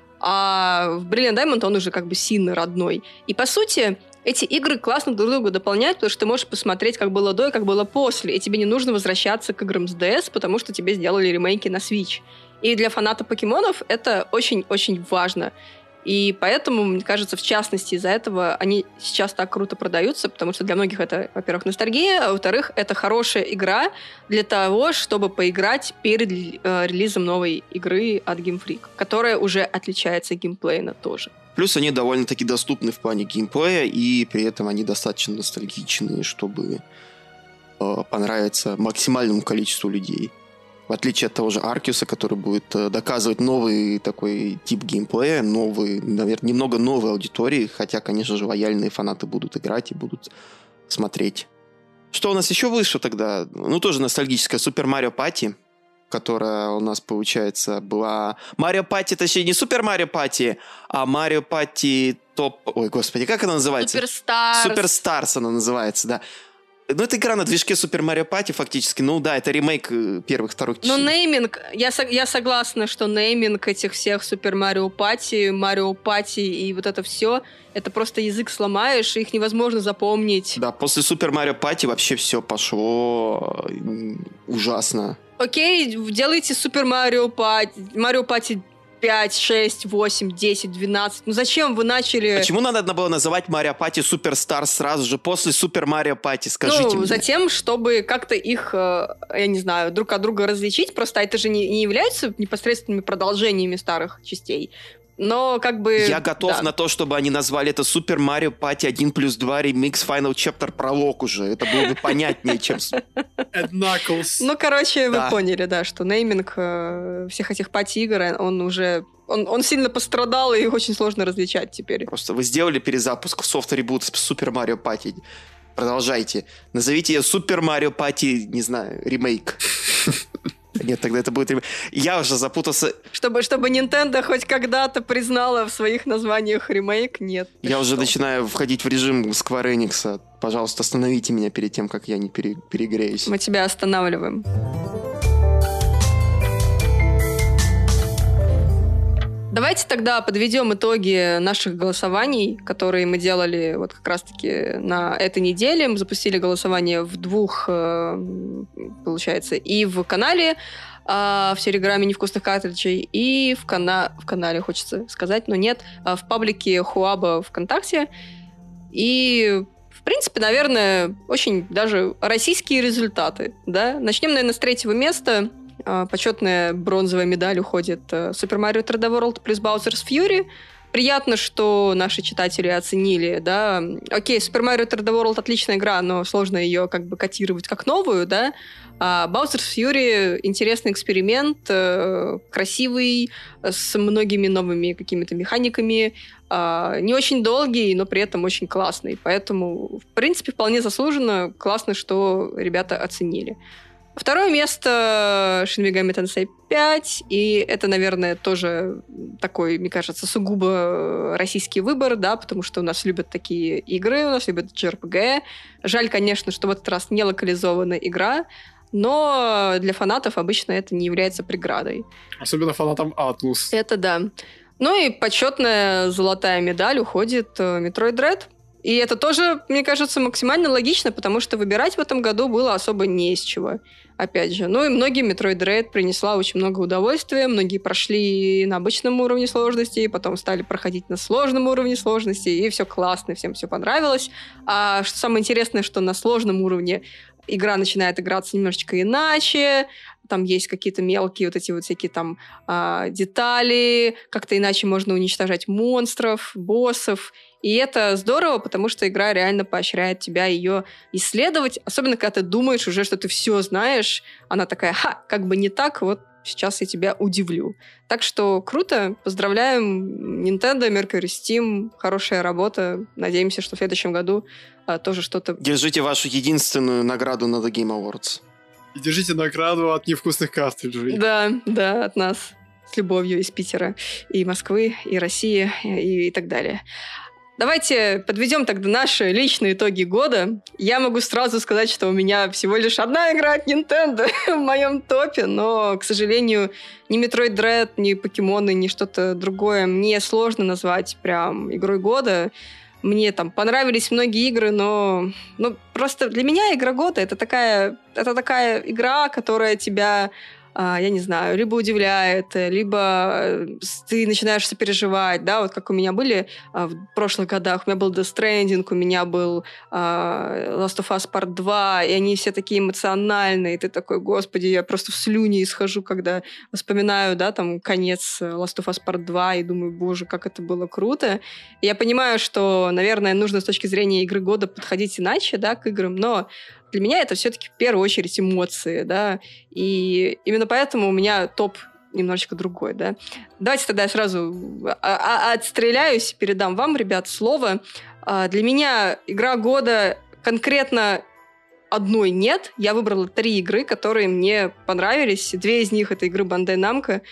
а в Brilliant Diamond он уже как бы Синна родной. И, по сути, эти игры классно друг друга дополняют, потому что ты можешь посмотреть, как было до и как было после, и тебе не нужно возвращаться к играм с ди эс, потому что тебе сделали ремейки на Switch. И для фаната покемонов это очень-очень важно. И поэтому, мне кажется, в частности, из-за этого они сейчас так круто продаются, потому что для многих это, во-первых, ностальгия, а во-вторых, это хорошая игра для того, чтобы поиграть перед э, релизом новой игры от Game Freak, которая уже отличается геймплейно тоже. Плюс они довольно-таки доступны в плане геймплея, и при этом они достаточно ностальгичные, чтобы э, понравиться максимальному количеству людей. В отличие от того же Аркиуса, который будет доказывать новый такой тип геймплея, новый, наверное, немного новой аудитории, хотя, конечно же, лояльные фанаты будут играть и будут смотреть. Что у нас еще вышло тогда? Ну, тоже ностальгическая Super Mario Party, которая у нас, получается, была... Mario Party, точнее, не Super Mario Party, а Mario Party Top... Ой, господи, как она называется? Superstars. Superstars она называется, да. Ну, это игра на движке Super Mario Party фактически. Ну да, это ремейк первых, вторых частей. Ну, нейминг, я, я согласна, что нейминг этих всех Super Mario Party, Mario Party и вот это все, это просто язык сломаешь, и их невозможно запомнить. Да, после Super Mario Party вообще все пошло ужасно. Окей, делайте Super Mario Party, Mario Party пять, шесть, восемь, десять, двенадцать. Ну зачем вы начали... Почему надо было называть Mario Party Superstars сразу же после Super Mario Party, скажите ну, мне? Затем, чтобы как-то их, я не знаю, друг от друга различить. Просто это же не, не являются непосредственными продолжениями старых частей. Но как бы... Я готов да. на то, чтобы они назвали это Super Mario Party один плюс два Remix Final Chapter пролог уже. Это было бы понятнее, чем... Knuckles. Ну, короче, Да. вы поняли, да, что нейминг э, всех этих пати-игр, он уже... Он, он сильно пострадал, и их очень сложно различать теперь. Просто вы сделали перезапуск софт ребут с Super Mario Party. Продолжайте. Назовите ее Super Mario Party, не знаю, ремейк. Нет, тогда это будет... ремейк. Я уже запутался. Чтобы, чтобы Nintendo хоть когда-то признала в своих названиях ремейк, нет. Ты Я уже что? начинаю входить в режим Square Enix. Пожалуйста, остановите меня перед тем, как я не пере- перегреюсь. Мы тебя останавливаем. Давайте тогда подведем итоги наших голосований, которые мы делали вот как раз-таки на этой неделе. Мы запустили голосование в двух, получается, и в канале, в Телеграме «Невкусных картриджей», и в, кана- в канале, хочется сказать, но нет, в паблике Хуаба ВКонтакте. И, в принципе, наверное, очень даже российские результаты. Да? Начнем, наверное, с третьего места. Почетная бронзовая медаль уходит Super Mario три дэ World плюс Bowser's Fury. Приятно, что наши читатели оценили, да. Окей, Super Mario три дэ World отличная игра, но сложно ее как бы котировать как новую, да. А Bowser's Fury интересный эксперимент, красивый, с многими новыми какими-то механиками, не очень долгий, но при этом очень классный. Поэтому, в принципе, вполне заслуженно. Классно, что ребята оценили. Второе место Shin Megami Tensei пять, и это, наверное, тоже такой, мне кажется, сугубо российский выбор, да, потому что у нас любят такие игры, у нас любят джей ар пи джи. Жаль, конечно, что в этот раз не локализованная игра, но для фанатов обычно это не является преградой. Особенно фанатам Atlus. Это да. Ну и почетная золотая медаль уходит Metroid Dread. И это тоже, мне кажется, максимально логично, потому что выбирать в этом году было особо не из чего. Опять же. Ну и многим Metroid Dread принесла очень много удовольствия. Многие прошли на обычном уровне сложности, потом стали проходить на сложном уровне сложности, и все классно, всем все понравилось. А что самое интересное, что на сложном уровне игра начинает играться немножечко иначе, там есть какие-то мелкие вот эти вот всякие там а, детали, как-то иначе можно уничтожать монстров, боссов, и это здорово, потому что игра реально поощряет тебя ее исследовать, особенно когда ты думаешь уже, что ты все знаешь, она такая, ха, как бы не так, вот сейчас я тебя удивлю. Так что круто, поздравляем Nintendo, Mercury Steam, хорошая работа, надеемся, что в следующем году а, тоже что-то... Держите вашу единственную награду на The Game Awards. И держите награду от невкусных картриджей. Да, да, от нас. С любовью из Питера, и Москвы, и России, и, и так далее. Давайте подведем тогда наши личные итоги года. Я могу сразу сказать, что у меня всего лишь одна игра от Nintendo в моем топе, но, к сожалению, ни Metroid Dread, ни покемоны, ни что-то другое мне сложно назвать прям игрой года. Мне там понравились многие игры, но ну, просто для меня игра года — это такая, это такая игра, которая тебя... я не знаю, либо удивляет, либо ты начинаешь сопереживать, да, вот как у меня были в прошлых годах, у меня был Death Stranding, у меня был Last of Us Part два, и они все такие эмоциональные, и ты такой, господи, я просто в слюни исхожу, когда вспоминаю, да, там, конец Last of Us Part два, и думаю, боже, как это было круто. И я понимаю, что, наверное, нужно с точки зрения игры года подходить иначе, да, к играм, но для меня это все-таки в первую очередь эмоции, да, и именно поэтому у меня топ немножечко другой, да. Давайте тогда я сразу отстреляюсь, передам вам, ребят, слово. Для меня игра года конкретно одной нет. Я выбрала три игры, которые мне понравились. Две из них — это игры Bandai Namco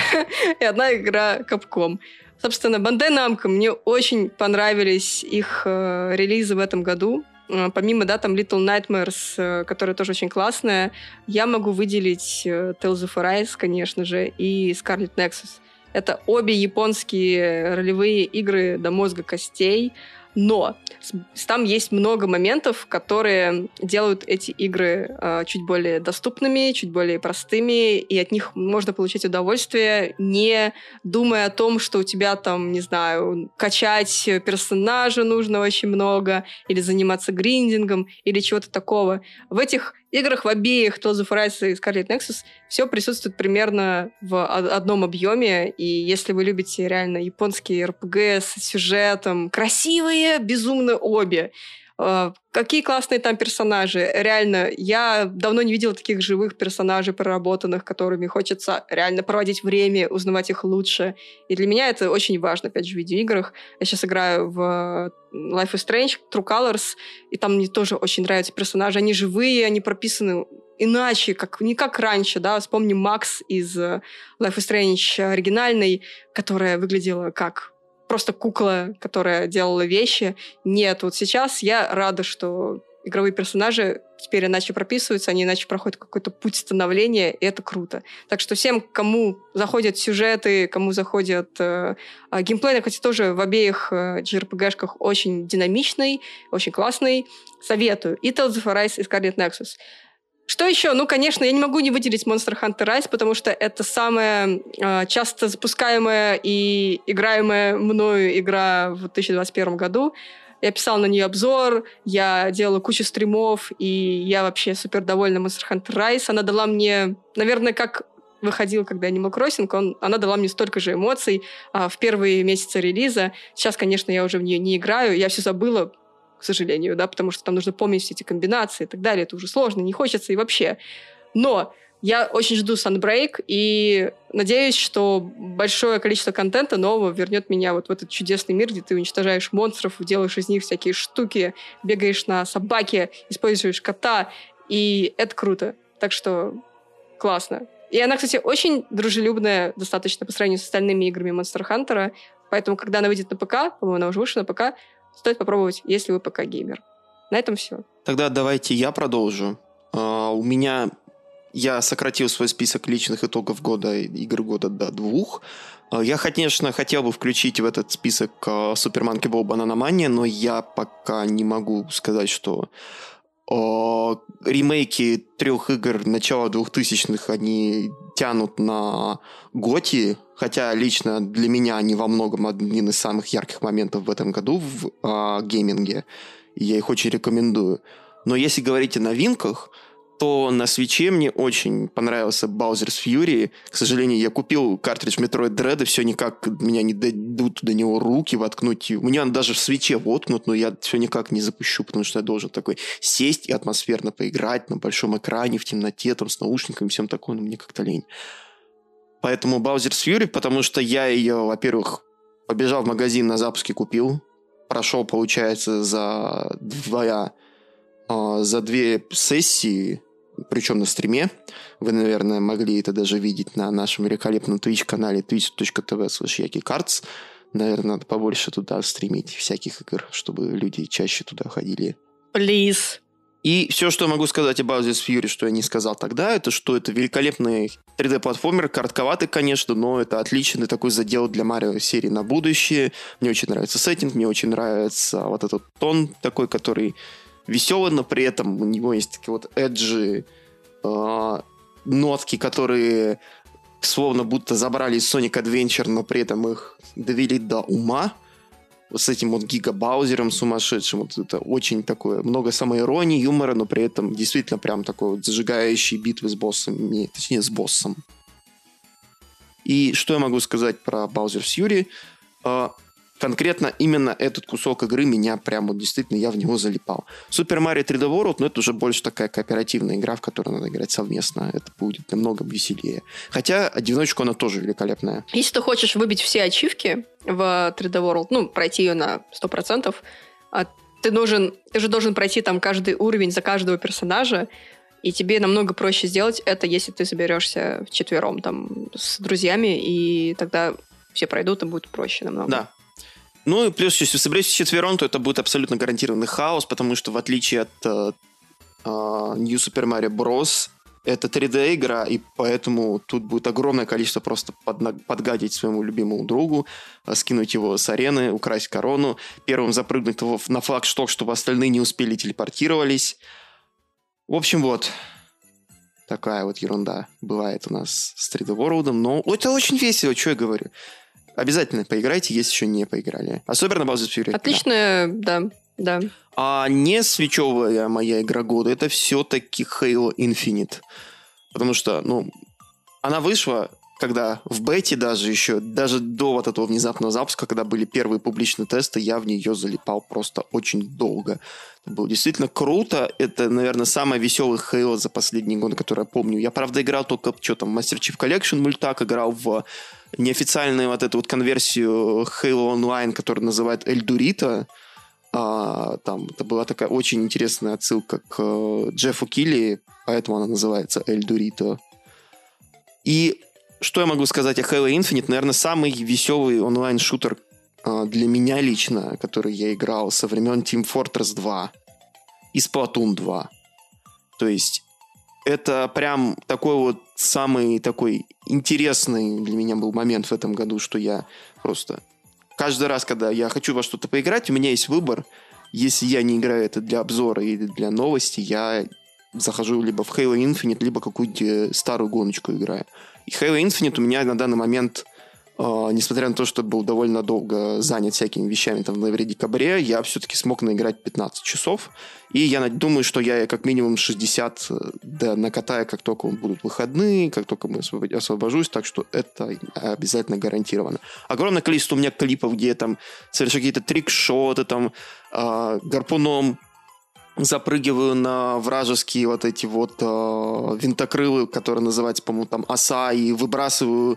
и одна игра Capcom. Собственно, Bandai Namco, мне очень понравились их релизы в этом году. Помимо, да, там Little Nightmares, которая тоже очень классная, я могу выделить Tales of Arise, конечно же, и Scarlet Nexus. Это обе японские ролевые игры до мозга костей, но там есть много моментов, которые делают эти игры э, чуть более доступными, чуть более простыми, и от них можно получить удовольствие, не думая о том, что у тебя там, не знаю, качать персонажа нужно очень много, или заниматься гриндингом, или чего-то такого. В этих играх, в обеих Tales of Arise и Scarlet Nexus, все присутствует примерно в одном объеме, и если вы любите реально японские эр пи джи с сюжетом, красивые, безумно обе. Какие классные там персонажи. Реально, я давно не видела таких живых персонажей, проработанных, которыми хочется реально проводить время, узнавать их лучше. И для меня это очень важно, опять же, в видеоиграх. Я сейчас играю в Life is Strange, True Colors, и там мне тоже очень нравятся персонажи. Они живые, они прописаны иначе, как, не как раньше, да. Вспомним Макс из Life is Strange оригинальной, которая выглядела как... просто кукла, которая делала вещи. Нет, вот сейчас я рада, что игровые персонажи теперь иначе прописываются, они иначе проходят какой-то путь становления, и это круто. Так что всем, кому заходят сюжеты, кому заходят э, э, геймплей, хотя тоже в обеих э, джей ар пи джи-шках очень динамичный, очень классный, советую. И Tales of Arise, и Scarlet Nexus. Что еще? Ну, конечно, я не могу не выделить Monster Hunter Rise, потому что это самая э, часто запускаемая и играемая мною игра в две тысячи двадцать первом году. Я писала на нее обзор, я делала кучу стримов, и я вообще супер довольна Monster Hunter Rise. Она дала мне, наверное, как выходил, когда Animal Crossing, он, она дала мне столько же эмоций э, в первые месяцы релиза. Сейчас, конечно, я уже в нее не играю, я все забыла, к сожалению, да, потому что там нужно помнить все эти комбинации и так далее. Это уже сложно, не хочется и вообще. Но я очень жду Sunbreak и надеюсь, что большое количество контента нового вернет меня вот в этот чудесный мир, где ты уничтожаешь монстров, делаешь из них всякие штуки, бегаешь на собаке, используешь кота, и это круто. Так что классно. И она, кстати, очень дружелюбная достаточно по сравнению с остальными играми Monster Hunter. Поэтому, когда она выйдет на ПК, по-моему, она уже вышла на ПК, стоит попробовать, если вы ПК-геймер. На этом все. Тогда давайте я продолжу. Uh, у меня... Я сократил свой список личных итогов года, игр года до двух. Uh, я, конечно, хотел бы включить в этот список uh, Super Monkey Ball Banana Mania, но я пока не могу сказать, что uh, ремейки трех игр начала двухтысячных, они тянут на готи, хотя лично для меня они во многом один из самых ярких моментов в этом году в uh, гейминге. Я их очень рекомендую. Но если говорить о новинках, то на Switch'е мне очень понравился Bowser's Fury. К сожалению, я купил картридж Metroid Dread, и все никак меня не дадут до него руки воткнуть. У меня он даже в Switch'е воткнут, но я все никак не запущу, потому что я должен такой сесть и атмосферно поиграть на большом экране, в темноте, там, с наушниками, всем такое, но мне как-то лень. Поэтому Bowser's Fury, потому что я ее, во-первых, побежал в магазин, на запуске купил, прошел, получается, за два, э, за две сессии, причем на стриме. Вы, наверное, могли это даже видеть на нашем великолепном Twitch-канале twitch точка tv slash yakicards. Наверное, надо побольше туда стримить всяких игр, чтобы люди чаще туда ходили. Please. И все, что я могу сказать об Bowser's Fury, что я не сказал тогда, это что это великолепный три дэ-платформер, коротковатый, конечно, но это отличный такой задел для Марио серии на будущее. Мне очень нравится сеттинг, мне очень нравится вот этот тон такой, который веселый, но при этом у него есть такие вот эджи, э, нотки, которые словно будто забрали из Sonic Adventure, но при этом их довели до ума. Вот с этим вот гига-баузером сумасшедшим. Вот это очень такое, много самоиронии, юмора, но при этом действительно прям такой вот зажигающий битвы с боссами, точнее с боссом. И что я могу сказать про Bowser's Fury? А, конкретно именно этот кусок игры меня прям вот действительно, я в него залипал. Super Mario три дэ World, ну это уже больше такая кооперативная игра, в которой надо играть совместно. Это будет намного веселее. Хотя одиночку она тоже великолепная. Если ты хочешь выбить все ачивки в три дэ World, ну, пройти ее на сто процентов, ты, должен, ты же должен пройти там каждый уровень за каждого персонажа, и тебе намного проще сделать это, если ты соберешься вчетвером там с друзьями, и тогда все пройдут, и будет проще намного. Да. Ну и плюс, если вы соберетесь вчетвером, то это будет абсолютно гарантированный хаос, потому что в отличие от uh, uh, New Super Mario Bros., это три дэ-игра, и поэтому тут будет огромное количество просто подна- подгадить своему любимому другу, скинуть его с арены, украсть корону, первым запрыгнуть его на флагшток, чтобы остальные не успели телепортировались. В общем, вот. Такая вот ерунда бывает у нас с три дэ World, но это очень весело, что я говорю. Обязательно поиграйте, если еще не поиграли. Особенно Bowser's Fury. Отличная, да, да. да. А не свечевая моя игра года, это все-таки Halo Infinite. Потому что, ну, она вышла, когда в бете даже еще, даже до вот этого внезапного запуска, когда были первые публичные тесты, я в нее залипал просто очень долго. Это было действительно круто. Это, наверное, самая веселая Halo за последние годы, которую я помню. Я, правда, играл только, что там, Master Chief Collection мультак, играл в неофициальную вот эту вот конверсию Halo Online, которую называют El Dorito. А, там это была такая очень интересная отсылка к uh, Джеффу Килли, поэтому она называется El Dorito. И что я могу сказать о Halo Infinite? Наверное, самый веселый онлайн-шутер uh, для меня лично, который я играл со времен Team Fortress два и Splatoon два. То есть это прям такой вот самый такой интересный для меня был момент в этом году, что я просто... Каждый раз, когда я хочу во что-то поиграть, у меня есть выбор. Если я не играю это для обзора или для новости, я захожу либо в Halo Infinite, либо какую-нибудь старую гоночку играю. И Halo Infinite у меня на данный момент, э, несмотря на то, что был довольно долго занят всякими вещами там в ноябре-декабре, я все-таки смог наиграть пятнадцать часов. И я думаю, что я как минимум шестьдесят да, накатаю, как только будут выходные, как только мы освобожусь, так что это обязательно гарантировано. Огромное количество у меня клипов, где я там совершаю какие-то трикшоты, там э, гарпуном запрыгиваю на вражеские вот эти вот э, винтокрылы, которые называются, по-моему, там оса, и выбрасываю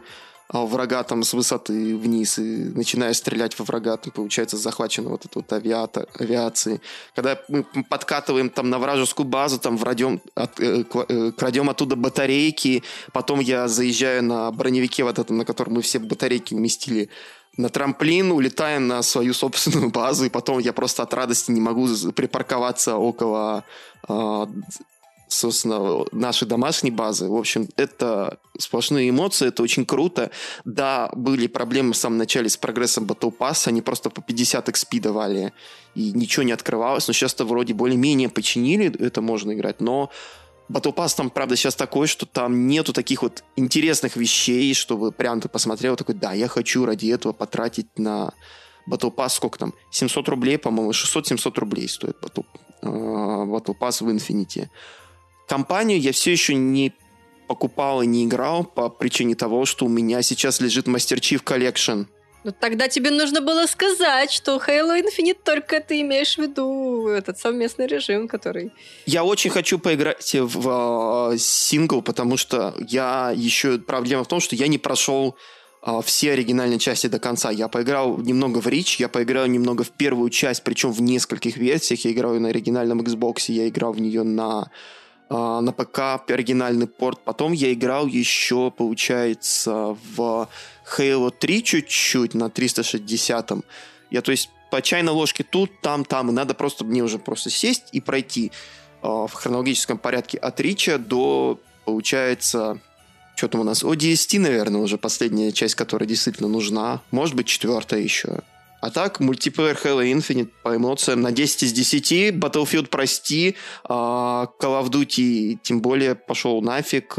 а, врага там с высоты вниз и начинаешь стрелять во врага, там получается захвачена вот эта вот авиата, авиации. Когда мы подкатываем там на вражескую базу, там врадем, от, э, э, крадем оттуда батарейки, потом я заезжаю на броневике вот этом, на котором мы все батарейки уместили, на трамплин, улетаем на свою собственную базу, и потом я просто от радости не могу припарковаться около, э, собственно, нашей домашней базы. В общем, это сплошные эмоции, это очень круто. Да, были проблемы в самом начале с прогрессом Battle Pass, они просто по пятьдесят икс пи давали, и ничего не открывалось, но сейчас-то вроде более-менее починили, это можно играть, но Battle Pass там, правда, сейчас такой, что там нету таких вот интересных вещей, чтобы прям ты посмотрел такой, да, я хочу ради этого потратить на Battle Pass, сколько там, семьсот рублей, по-моему, шестьсот-семьсот рублей стоит Battle, э, Battle Pass в Infinity. Компанию я все еще не покупал и не играл по причине того, что у меня сейчас лежит Master Chief Collection. Ну, тогда тебе нужно было сказать, что Halo Infinite только ты имеешь в виду этот совместный режим, который... Я очень хочу поиграть в э, сингл, потому что я еще... Проблема в том, что я не прошел э, все оригинальные части до конца. Я поиграл немного в Reach, я поиграл немного в первую часть, причем в нескольких версиях. Я играл на оригинальном Xbox, я играл в нее на... на ПК, оригинальный порт. Потом я играл еще, получается, в Halo три чуть-чуть на триста шестидесятом. Я, то есть, по чайной ложке тут, там, там. И надо просто мне уже просто сесть и пройти э, в хронологическом порядке от Рича до, получается, что там у нас? о ди эс ти, наверное, уже последняя часть, которая действительно нужна. Может быть, четвертая еще. А так, мультиплеер Halo Infinite по эмоциям на десять из десяти. Battlefield, прости. Call of Duty, тем более, пошел нафиг.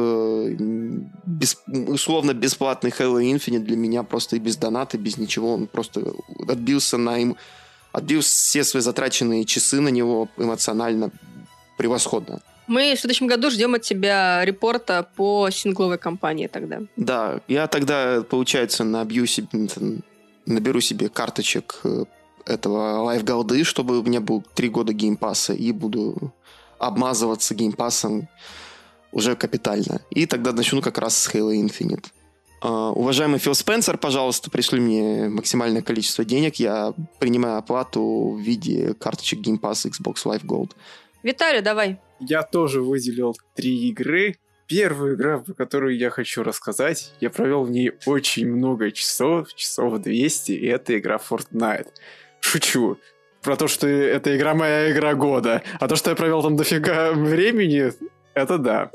Без, условно бесплатный Halo Infinite для меня просто и без доната, без ничего. Он просто отбился на им, отбил все свои затраченные часы на него эмоционально превосходно. Мы в следующем году ждем от тебя репорта по сингловой кампании тогда. Да, я тогда, получается, набью себе... наберу себе карточек этого лайф-голды, чтобы у меня был три года геймпасса, и буду обмазываться геймпассом уже капитально. И тогда начну как раз с Halo Infinite. Uh, уважаемый Фил Спенсер, пожалуйста, пришли мне максимальное количество денег. Я принимаю оплату в виде карточек геймпасса Xbox Live Gold. Виталий, давай. Я тоже выделил три игры. Первая игра, про которую я хочу рассказать, я провел в ней очень много часов, часов двести, и это игра Fortnite. Шучу. Про то, что эта игра моя игра года. А то, что я провел там дофига времени, это да.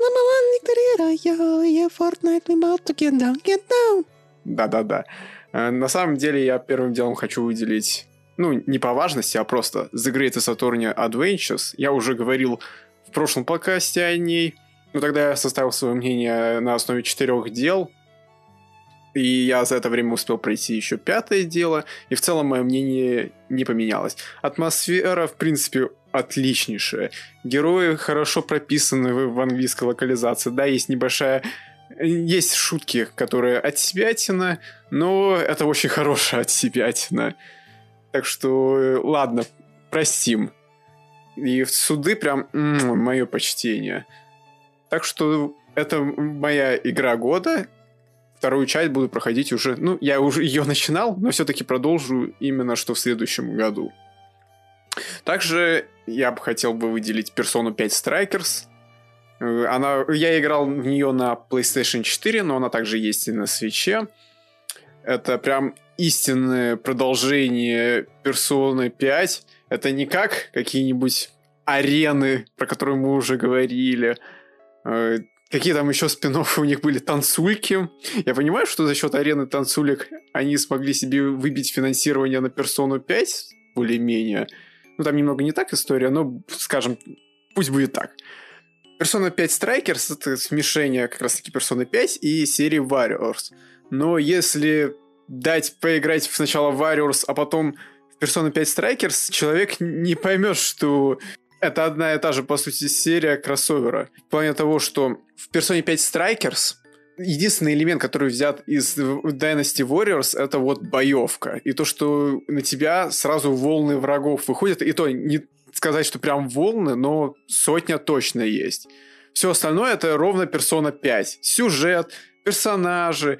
Да-да-да. На самом деле, я первым делом хочу выделить, ну, не по важности, а просто The Greatest Attorney Adventures. Я уже говорил в прошлом подкасте о ней. Ну, тогда я составил свое мнение на основе четырех дел, и я за это время успел пройти еще пятое дело, и в целом мое мнение не поменялось. Атмосфера, в принципе, отличнейшая. Герои хорошо прописаны в английской локализации. Да, есть небольшая... Есть шутки, которые отсебятина, но это очень хорошая отсебятина. Так что, ладно, простим. И в суды прям м-м, мое почтение. Так что это моя игра года. Вторую часть буду проходить уже... Ну, я уже ее начинал, но все-таки продолжу именно что в следующем году. Также я бы хотел бы выделить Persona пять Strikers. Она... Я играл в нее на PlayStation четыре, но она также есть и на Switch. Это прям истинное продолжение Persona пять. Это не как какие-нибудь арены, про которые мы уже говорили. Какие там еще спин-оффы у них были? Танцульки. Я понимаю, что за счет арены танцулек они смогли себе выбить финансирование на Persona пять, более-менее. Ну, там немного не так история, но, скажем, пусть будет так. Persona пять Strikers — это смешение как раз-таки Persona пять и серии Warriors. Но если дать поиграть сначала в Warriors, а потом в Persona пять Strikers, человек не поймет, что... Это одна и та же, по сути, серия кроссовера. В плане того, что в Persona пять Strikers единственный элемент, который взят из Dynasty Warriors, это вот боевка. И то, что на тебя сразу волны врагов выходят. И то, не сказать, что прям волны, но сотня точно есть. Все остальное — это ровно Persona пять. Сюжет, персонажи,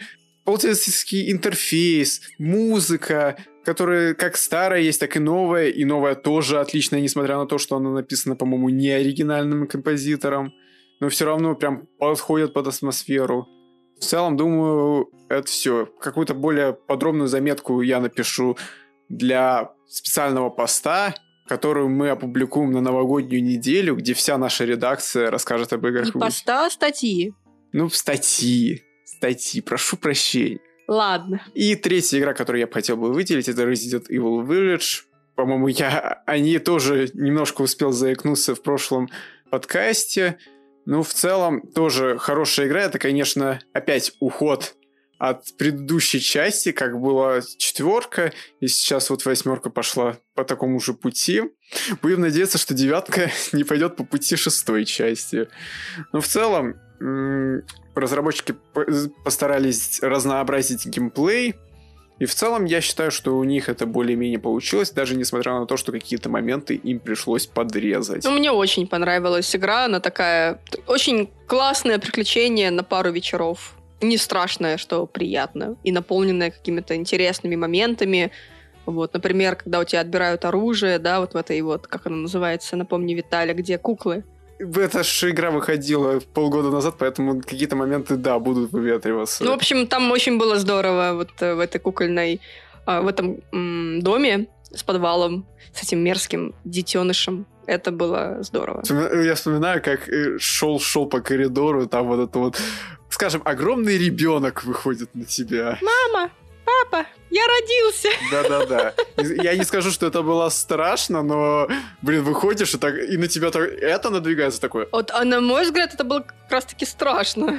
пользовательский интерфейс, музыка, которая как старая есть, так и новая, и новая тоже отличная, несмотря на то, что она написана, по-моему, не оригинальным композитором, но все равно прям подходит под атмосферу. В целом, думаю, это все. Какую-то более подробную заметку я напишу для специального поста, которую мы опубликуем на новогоднюю неделю, где вся наша редакция расскажет об играх. Не поста, а статьи. Ну, статьи. Статьи. Прошу прощения. Ладно. И третья игра, которую я бы хотел бы выделить, это Resident Evil Village. По-моему, я о ней тоже немножко успел заикнуться в прошлом подкасте. Ну, в целом, тоже хорошая игра. Это, конечно, опять уход от предыдущей части, как была четверка, и сейчас вот восьмерка пошла по такому же пути. Будем надеяться, что девятка не пойдет по пути шестой части. Но в целом, м- разработчики постарались разнообразить геймплей, и в целом я считаю, что у них это более-менее получилось, даже несмотря на то, что какие-то моменты им пришлось подрезать. Ну, мне очень понравилась игра, она такая... Очень классное приключение на пару вечеров. Не страшное, что приятно. И наполненное какими-то интересными моментами. Вот, например, когда у тебя отбирают оружие, да, вот в этой вот, как она называется, напомни, Виталя, где куклы. Эта же игра выходила полгода назад, поэтому какие-то моменты, да, будут выветриваться. Ну, в общем, там очень было здорово вот в этой кукольной, в этом м- доме с подвалом, с этим мерзким детенышем. Это было здорово. Я вспоминаю, как шел-шел по коридору, там вот это вот, скажем, огромный ребенок выходит на тебя. Мама, папа, я родился. Да-да-да. Я не скажу, что это было страшно, но, блин, выходишь, и, так, и на тебя так, это надвигается такое. Вот, а на мой взгляд, это было как раз-таки страшно.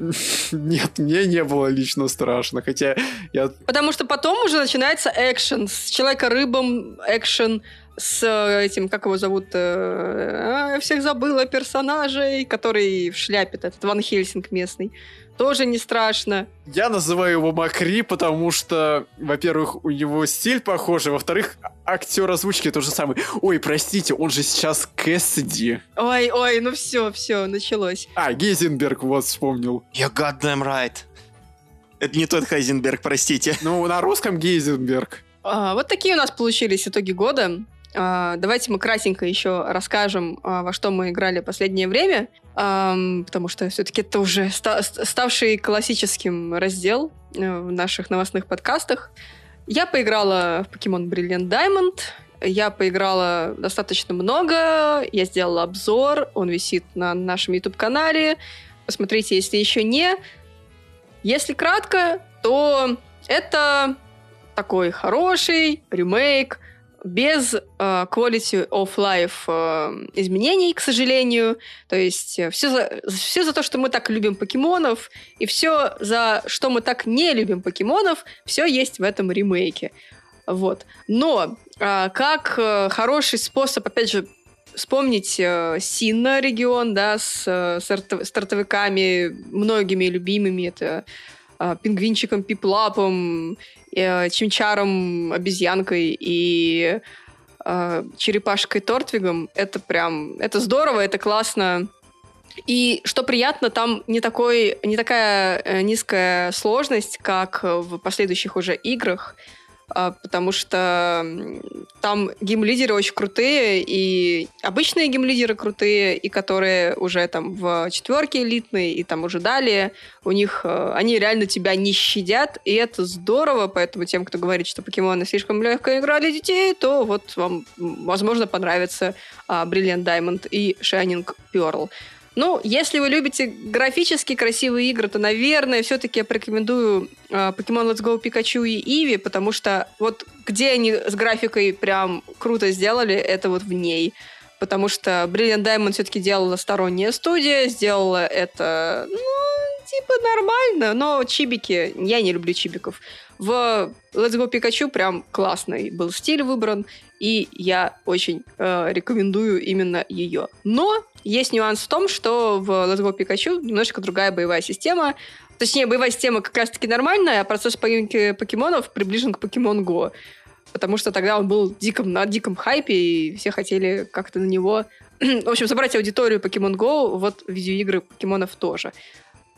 Нет, мне не было лично страшно, хотя я... Потому что потом уже начинается экшен. С Человека-рыбом экшен, с этим, как его зовут, а, я всех забыла, персонажей, который в шляпе, этот Ван Хельсинг местный. Тоже не страшно. Я называю его Макри, потому что, во-первых, у него стиль похожий, во-вторых, актер озвучки тот же самый. Ой, простите, он же сейчас Кэссиди. Ой, ой, ну все, все, началось. А, Гейзенберг, вот вспомнил. You're goddamn right. Это не тот Хайзенберг, простите. Ну, на русском Гейзенберг. А, вот такие у нас получились итоги года. А, давайте мы кратенько еще расскажем, а, во что мы играли последнее время, а, потому что все-таки это уже ста- ставший классическим раздел а, в наших новостных подкастах. Я поиграла в Pokemon Brilliant Diamond, я поиграла достаточно много, я сделала обзор, он висит на нашем YouTube-канале. Посмотрите, если еще не. Если кратко, то это такой хороший ремейк, без uh, quality of life uh, изменений, к сожалению. То есть uh, все за, все за то, что мы так любим покемонов, и все за что мы так не любим покемонов, все есть в этом ремейке. Вот. Но uh, как uh, хороший способ, опять же, вспомнить uh, Синна регион, да, с uh, старт- стартовиками, многими любимыми, это uh, пингвинчиком Пиплапом, Чимчаром, обезьянкой и э, черепашкой Тортвигом. Это прям... Это здорово, это классно. И что приятно, там не, такой, не такая низкая сложность, как в последующих уже играх, э, потому что там геймлидеры очень крутые, и обычные геймлидеры крутые, и которые уже там в четверке элитные, и там уже далее, у них, они реально тебя не щадят, и это здорово, поэтому тем, кто говорит, что покемоны слишком легкая игра для детей, то вот вам, возможно, понравится а, Brilliant Diamond и Shining Pearl. Ну, если вы любите графически красивые игры, то, наверное, все-таки я порекомендую э, Pokemon Let's Go Pikachu и Eevee, потому что вот где они с графикой прям круто сделали, это вот в ней. Потому что Brilliant Diamond все-таки делала сторонняя студия, сделала это, ну, типа нормально, но чибики, я не люблю чибиков. В Let's Go Pikachu прям классный был стиль выбран, и я очень э, рекомендую именно ее. Но есть нюанс в том, что в Let's Go Pikachu немножко другая боевая система. Точнее, боевая система как раз-таки нормальная, а процесс поимки покемонов приближен к Pokemon Go. Потому что тогда он был диком, на диком хайпе, и все хотели как-то на него... в общем, собрать аудиторию Pokemon Go, вот видеоигры покемонов тоже.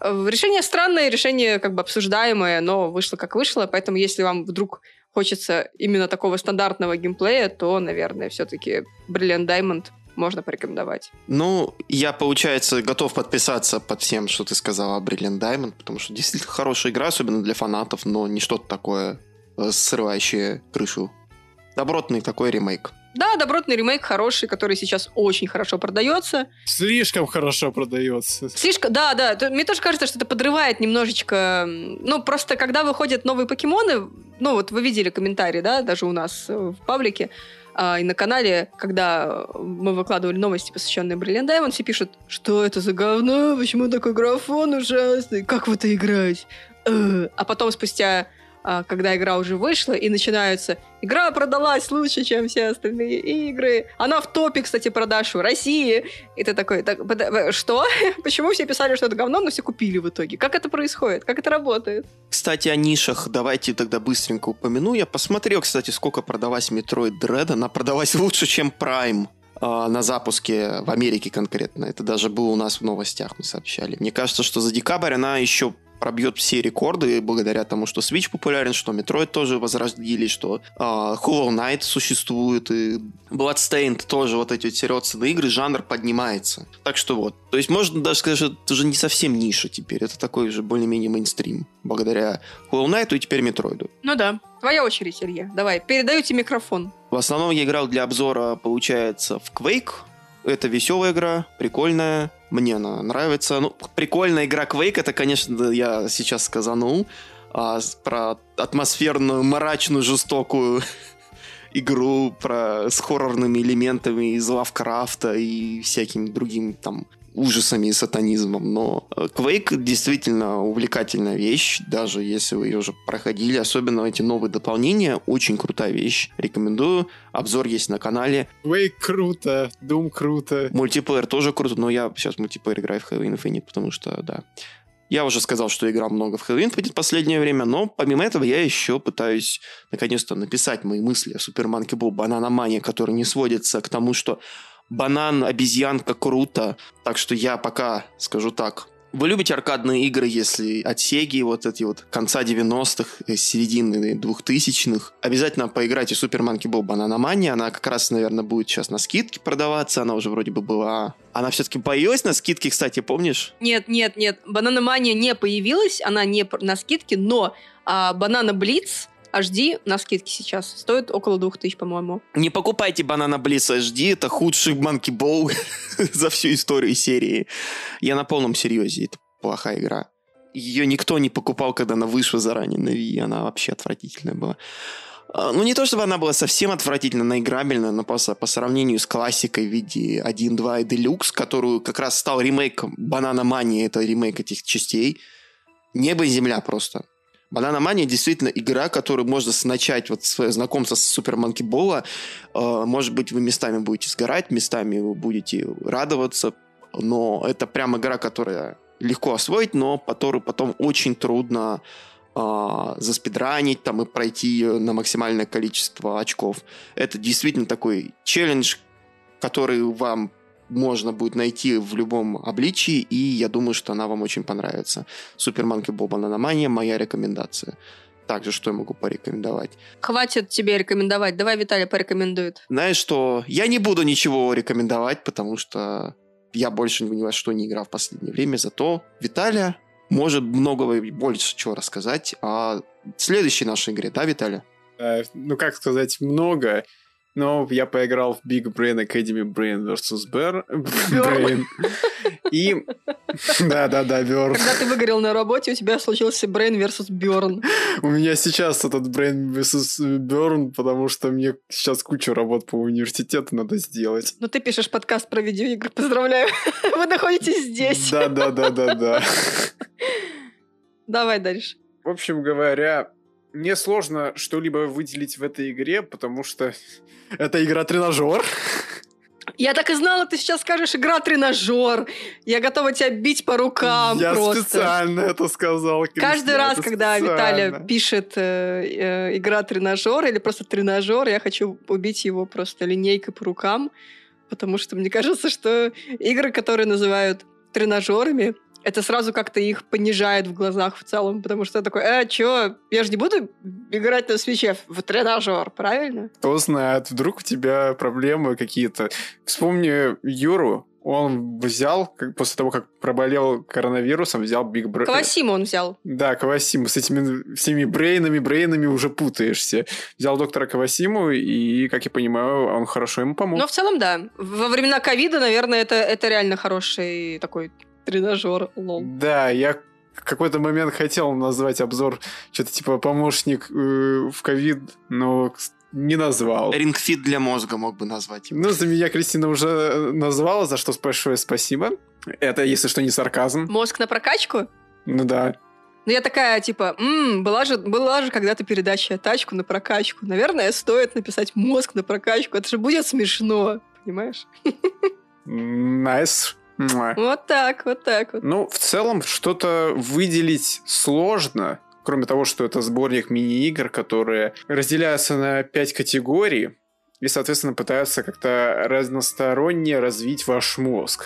Решение странное, решение как бы обсуждаемое, но вышло как вышло, поэтому если вам вдруг хочется именно такого стандартного геймплея, то, наверное, все-таки Brilliant Diamond можно порекомендовать. Ну, я, получается, готов подписаться под всем, что ты сказала о Brilliant Diamond, потому что действительно хорошая игра, особенно для фанатов, но не что-то такое срывающее крышу. Добротный такой ремейк. Да, добротный ремейк хороший, который сейчас очень хорошо продается. Слишком хорошо продается. Слишком, да, да. Мне тоже кажется, что это подрывает немножечко... Ну, просто когда выходят новые покемоны, ну, вот вы видели комментарии, да, даже у нас в паблике а, и на канале, когда мы выкладывали новости, посвященные Brilliant Diamond, все пишут, что это за говно, почему такой графон ужасный, как в это играть? А потом спустя... когда игра уже вышла, и начинаются «Игра продалась лучше, чем все остальные игры». Она в топе, кстати, продаж в России. И ты такой, так, что? Почему все писали, что это говно, но все купили в итоге? Как это происходит? Как это работает? Кстати, о нишах давайте тогда быстренько упомяну. Я посмотрел, кстати, сколько продалась Metroid Dread. Она продалась лучше, чем Prime э, на запуске в Америке конкретно. Это даже было у нас в новостях, мы сообщали. Мне кажется, что за декабрь она еще пробьет все рекорды благодаря тому, что Switch популярен, что Metroid тоже возродили, что э, Hollow Knight существует, и Bloodstained тоже, вот эти вот серьезные игры, жанр поднимается. Так что вот. То есть можно даже сказать, что это уже не совсем ниша теперь, это такой же более-менее мейнстрим, благодаря Hollow Knight и теперь Metroid. Ну да. Твоя очередь, Илья. Давай, передаю тебе микрофон. В основном я играл для обзора, получается, в Quake. Это веселая игра, прикольная. Мне она нравится. Ну, прикольная игра Quake, это, конечно, я сейчас сказанул. А про атмосферную, мрачную, жестокую игру про, с хоррорными элементами из Лавкрафта и всякими другими там ужасами и сатанизмом. Но Quake действительно увлекательная вещь, даже если вы ее уже проходили. Особенно эти новые дополнения. Очень крутая вещь. Рекомендую. Обзор есть на канале. Quake круто, Doom круто. Мультиплеер тоже круто, но я сейчас в мультиплеер играю в Halo Infinite, потому что, да. Я уже сказал, что играл много в Halo Infinite в последнее время, но помимо этого я еще пытаюсь наконец-то написать мои мысли о Super Monkey Ball Banana Mania, который не сводится к тому, что банан, обезьянка, круто. Так что я пока скажу так. Вы любите аркадные игры, если от Sega, вот эти вот конца девяностых, середины двухтысячных, обязательно поиграйте в Super Monkey Ball Banana Mania. Она как раз, наверное, будет сейчас на скидке продаваться. Она уже вроде бы была... Она все-таки появилась на скидке, кстати, помнишь? Нет, нет, нет. Banana Mania не появилась, она не на скидке, но а, Banana Blitz эйч ди на скидке сейчас стоит около двух тысяч, по-моему. Не покупайте Banana Blitz эйч ди, это худший Monkey Ball за всю историю серии. Я на полном серьезе, это плохая игра. Ее никто не покупал, когда она вышла заранее на Wii, она вообще отвратительная была. Ну, не то, чтобы она была совсем отвратительно, она играбельная, но просто по сравнению с классикой в виде один, два и Deluxe, которую как раз стал ремейк Banana Mania, это ремейк этих частей, небо и земля просто. Banana Mania действительно игра, которую можно начать вот свое знакомство с Super Monkey Ball. Может быть, вы местами будете сгорать, местами вы будете радоваться, но это прям игра, которая легко освоить, но которую потом очень трудно э, заспидранить там, и пройти ее на максимальное количество очков. Это действительно такой челлендж, который вам можно будет найти в любом обличии, и я думаю, что она вам очень понравится. Super Monkey Ball Banana Mania — моя рекомендация. Также, что я могу порекомендовать? Хватит тебе рекомендовать. Давай Виталий порекомендует. Знаешь что? Я не буду ничего рекомендовать, потому что я больше ни во что не играл в последнее время. Зато Виталия может много больше чего рассказать о следующей нашей игре. Да, Виталий? Э, ну, как сказать, много. Но я поиграл в Big Brain Academy Brain versus. Bear. Brain. И... Да-да-да, Бёрн. Когда ты выгорел на работе, у тебя случился Brain versus. Бёрн. У меня сейчас этот Brain versus. Бёрн, потому что мне сейчас кучу работ по университету надо сделать. Ну, ты пишешь подкаст про видеоигры. Поздравляю. Вы находитесь здесь. Да-да-да-да-да. Давай дальше. В общем говоря... Мне сложно что-либо выделить в этой игре, потому что это игра-тренажер. Я так и знала, ты сейчас скажешь «игра-тренажер». Я готова тебя бить по рукам Я просто. специально это сказал, Кристина. Каждый раз, когда специально. Виталя пишет э, э, «игра-тренажер» или просто «тренажер», я хочу убить его просто линейкой по рукам, потому что мне кажется, что игры, которые называют тренажерами, это сразу как-то их понижает в глазах в целом, потому что такой, э, чё, я же не буду играть на свече в тренажер, правильно? Кто знает, вдруг у тебя проблемы какие-то. Вспомни Юру, он взял, как, после того, как проболел коронавирусом, взял Биг Брейн. Кавасиму он взял. Да, Кавасиму. С этими всеми брейнами, брейнами уже путаешься. Взял доктора Кавасиму, и, как я понимаю, он хорошо ему помог. Но в целом, да. Во времена ковида, наверное, это, это реально хороший такой тренажер, лол. Да, я в какой-то момент хотел назвать обзор что-то типа помощник э, в ковид, но не назвал. Рингфит для мозга мог бы назвать. Ну, за меня Кристина уже назвала, за что большое спасибо. Это, если что, не сарказм. Мозг на прокачку? Ну да. Ну, я такая, типа, м-м, была же, была же когда-то передача «Тачку на прокачку». Наверное, стоит написать «мозг на прокачку». Это же будет смешно, понимаешь? Найс. Nice. Вот так, вот так вот. Ну, в целом, что-то выделить сложно. Кроме того, что это сборник мини-игр, которые разделяются на пять категорий и, соответственно, пытаются как-то разносторонне развить ваш мозг.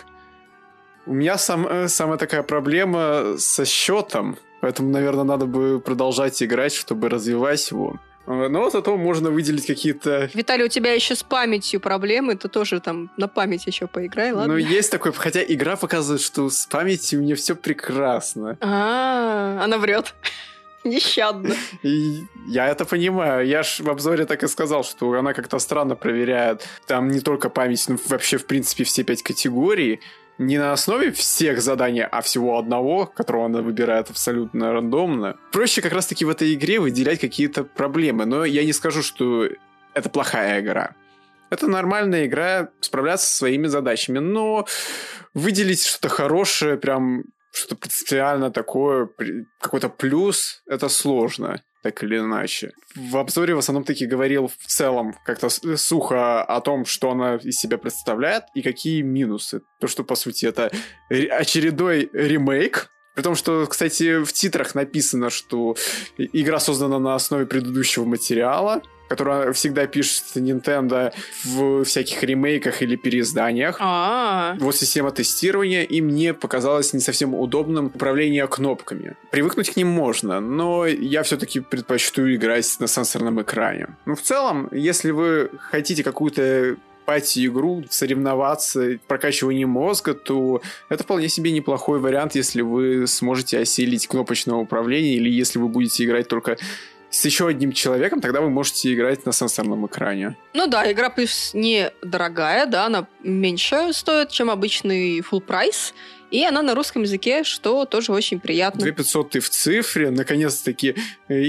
У меня сам, самая такая проблема со счетом, поэтому, наверное, надо бы продолжать играть, чтобы развивать его. Но зато можно выделить какие-то... Виталий, у тебя еще с памятью проблемы, ты тоже там на память еще поиграй, ладно? Ну, есть такой, хотя игра показывает, что с памятью у меня все прекрасно. А, она врет. Нещадно. И я это понимаю. Я ж в обзоре так и сказал, что она как-то странно проверяет. Там не только память, но вообще, в принципе, все пять категорий. Не на основе всех заданий, а всего одного, которого она выбирает абсолютно рандомно. Проще как раз-таки в этой игре выделять какие-то проблемы. Но я не скажу, что это плохая игра. Это нормальная игра, справляться со своими задачами. Но выделить что-то хорошее, прям... что-то принципиально такое, какой-то плюс, это сложно, так или иначе. В обзоре в основном таки говорил в целом как-то сухо о том, что она из себя представляет и какие минусы. То, что, по сути, это очередной ремейк. При том, что, кстати, в титрах написано, что игра создана на основе предыдущего материала, которая всегда пишется Nintendo в всяких ремейках или переизданиях. А-а-а. Вот система тестирования, и мне показалось не совсем удобным управление кнопками. Привыкнуть к ним можно, но я все-таки предпочту играть на сенсорном экране. Ну, в целом, если вы хотите какую-то пати-игру, соревноваться, прокачивание мозга, то это вполне себе неплохой вариант, если вы сможете осилить кнопочное управление, или если вы будете играть только с еще одним человеком, тогда вы можете играть на сенсорном экране. Ну да, игра плюс недорогая, да, она меньше стоит, чем обычный full прайс, и она на русском языке, что тоже очень приятно. две тысячи пятьсот ты в цифре, наконец-таки,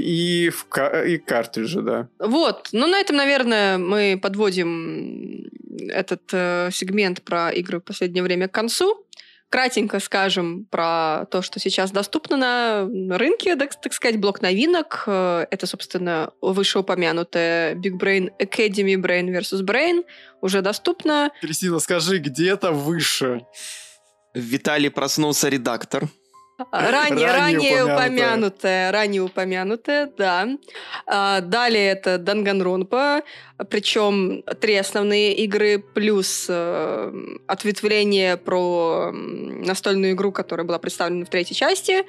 и, в ка- и картриджи, да. Вот, ну на этом, наверное, мы подводим этот э, сегмент про игры в последнее время к концу. Кратенько скажем про то, что сейчас доступно на рынке, так, так сказать, блок новинок. Это, собственно, вышеупомянутая Big Brain Academy Brain versus. Brain уже доступно. Кристина, скажи, где это выше? Виталий проснулся, редактор. Ранее, Ранее ранее упомянутая. упомянутая, ранее упомянутая, да. А, далее это Данганронпа, причем три основные игры плюс э, ответвление про настольную игру, которая была представлена в третьей части,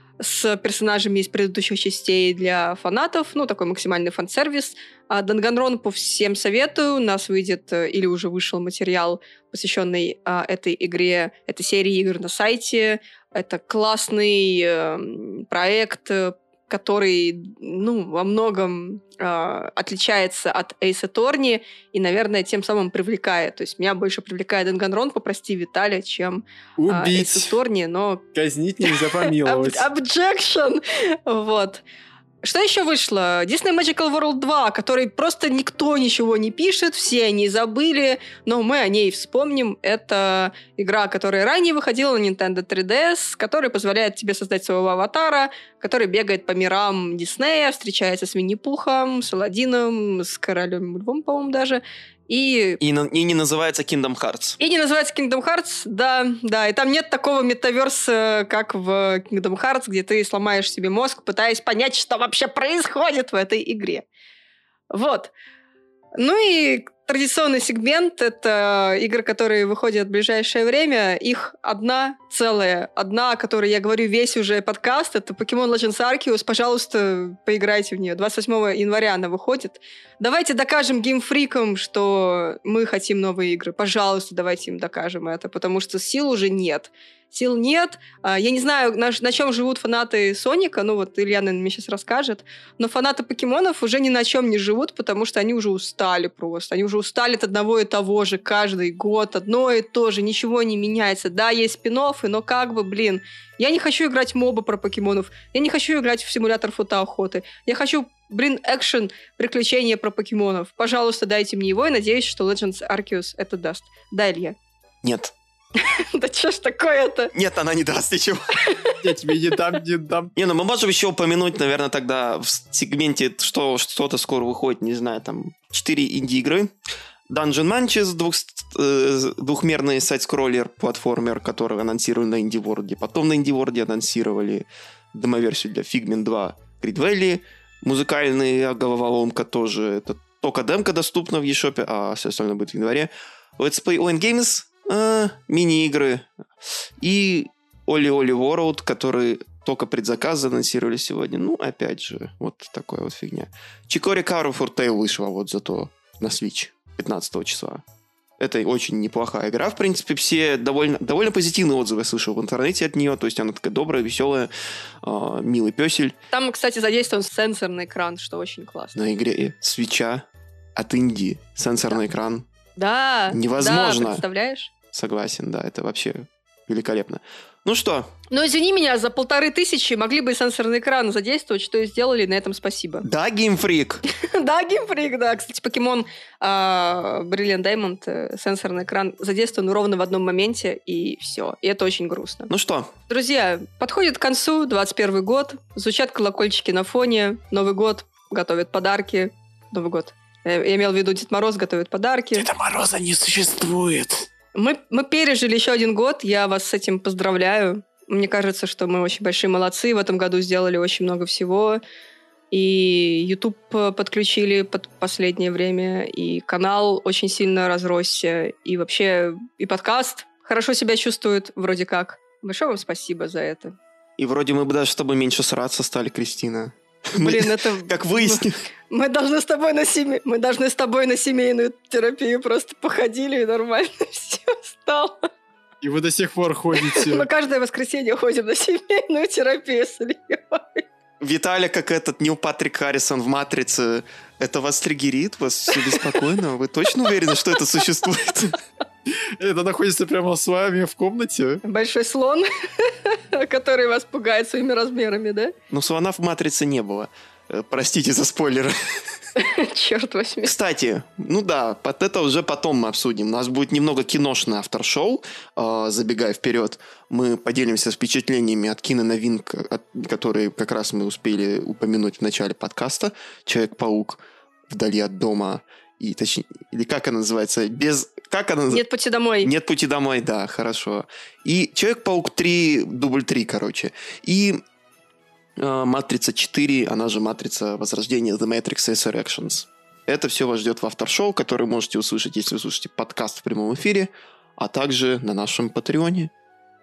с персонажами из предыдущих частей для фанатов, ну, такой максимальный фан-сервис. А Данганронпу всем советую, у нас выйдет или уже вышел материал, посвященный а, этой игре, этой серии игр на сайте. Это классный э, проект, который, ну, во многом э, отличается от Ace Attorney и, наверное, тем самым привлекает. То есть меня больше привлекает Данганронпа, прости, Виталий, чем э, Убить. Ace Attorney, но... Казнить нельзя помиловать. Objection! Вот. Что еще вышло? Disney Magical World два, который просто никто ничего не пишет, все они забыли, но мы о ней вспомним. Это игра, которая ранее выходила на Nintendo три ди эс, которая позволяет тебе создать своего аватара, который бегает по мирам Диснея, встречается с Винни-Пухом, с Аладдином, с Королем Львом, по-моему, даже. И... И, на- и не называется Kingdom Hearts. И не называется Kingdom Hearts, да, да. И там нет такого метаверса, как в Kingdom Hearts, где ты сломаешь себе мозг, пытаясь понять, что вообще происходит в этой игре. Вот. Ну и традиционный сегмент. Это игры, которые выходят в ближайшее время. Их одна целая. Одна, о которой я говорю весь уже подкаст. Это Pokemon Legends Arceus. Пожалуйста, поиграйте в нее. двадцать восьмого января она выходит. Давайте докажем геймфрикам, что мы хотим новые игры. Пожалуйста, давайте им докажем это. Потому что сил уже нет. Сил нет. Я не знаю, на, на чем живут фанаты Соника. Ну вот Илья, наверное, мне сейчас расскажет. Но фанаты покемонов уже ни на чем не живут, потому что они уже устали просто. Они уже устали от одного и того же каждый год. Одно и то же. Ничего не меняется. Да, есть спин-оффы, но как бы, блин. Я не хочу играть в моба про покемонов. Я не хочу играть в симулятор фотоохоты. Я хочу, блин, экшен, приключения про покемонов. Пожалуйста, дайте мне его. И надеюсь, что Legends Arceus это даст. Да, Илья? Нет. Да что ж такое-то? Нет, она не даст ничего. Я тебе не дам, не дам. Не, ну мы можем еще упомянуть, наверное, тогда в сегменте, что что-то скоро выходит, не знаю, там, четыре инди-игры. Dungeon Manches, двух, э, двухмерный сайт-скроллер, платформер, который анонсировали на Indie World. Потом на Indie World анонсировали демоверсию для Figment два Grid Valley. Музыкальный головоломка тоже. Это только демка доступна в eShop, а все остальное будет в январе. Let's Play Owen Games. А, мини-игры и Oli Oli World, которые только предзаказ анонсировали сегодня. Ну, опять же, вот такая вот фигня. Chicory Karu for Tale вышла вот зато на Switch пятнадцатого числа. Это очень неплохая игра. В принципе, все довольно, довольно позитивные отзывы я слышал в интернете от нее. То есть она такая добрая, веселая, э, милый песель. Там, кстати, задействован сенсорный экран, что очень классно. На игре Switch'а от Indie сенсорный да. экран. Да, невозможно. Да, представляешь? Согласен, да, это вообще великолепно. Ну что? Ну, извини меня, за полторы тысячи могли бы и сенсорный экран задействовать, что и сделали, на этом спасибо. Да, геймфрик. Да, геймфрик, да. Кстати, Pokemon Brilliant Diamond, сенсорный экран задействован ровно в одном моменте, и все. И это очень грустно. Ну что? Друзья, подходит к концу двадцать первый год, звучат колокольчики на фоне, Новый год, готовят подарки. Новый год. Я имел в виду, Дед Мороз готовит подарки. Деда Мороза не существует. Мы, мы пережили еще один год, я вас с этим поздравляю. Мне кажется, что мы очень большие молодцы, в этом году сделали очень много всего. И YouTube подключили под последнее время, и канал очень сильно разросся, и вообще и подкаст хорошо себя чувствует вроде как. Большое вам спасибо за это. И вроде мы бы даже с тобой меньше сраться стали, Кристина. Блин, мы, это... Как выяснилось. Мы, мы, должны с тобой на семей... мы должны с тобой на семейную терапию просто походили, и нормально все стало. И вы до сих пор ходите. Мы каждое воскресенье ходим на семейную терапию с Ильей. Виталий, как этот Нил Патрик Харрисон в «Матрице». Это вас триггерит? Вас все беспокойно? Вы точно уверены, что это существует? Это находится прямо с вами в комнате? Большой слон, который вас пугает своими размерами, да? Ну, слона в «Матрице» не было. Простите за спойлеры. Черт возьми. Кстати, ну да, под это уже потом мы обсудим. У нас будет немного киношное авторшоу, э, забегая вперед. Мы поделимся впечатлениями от киноновинок, от, которые как раз мы успели упомянуть в начале подкаста. «Человек-паук вдали от дома». И, точнее, или как она называется? Без... Как она называется? «Нет пути домой». «Нет пути домой», да, хорошо. И «Человек-паук три», дубль три, короче. И «Матрица четыре», она же «Матрица Возрождения», The Matrix Resurrections. Это все вас ждет в авторшоу, который можете услышать, если вы слушаете подкаст в прямом эфире, а также на нашем Патреоне.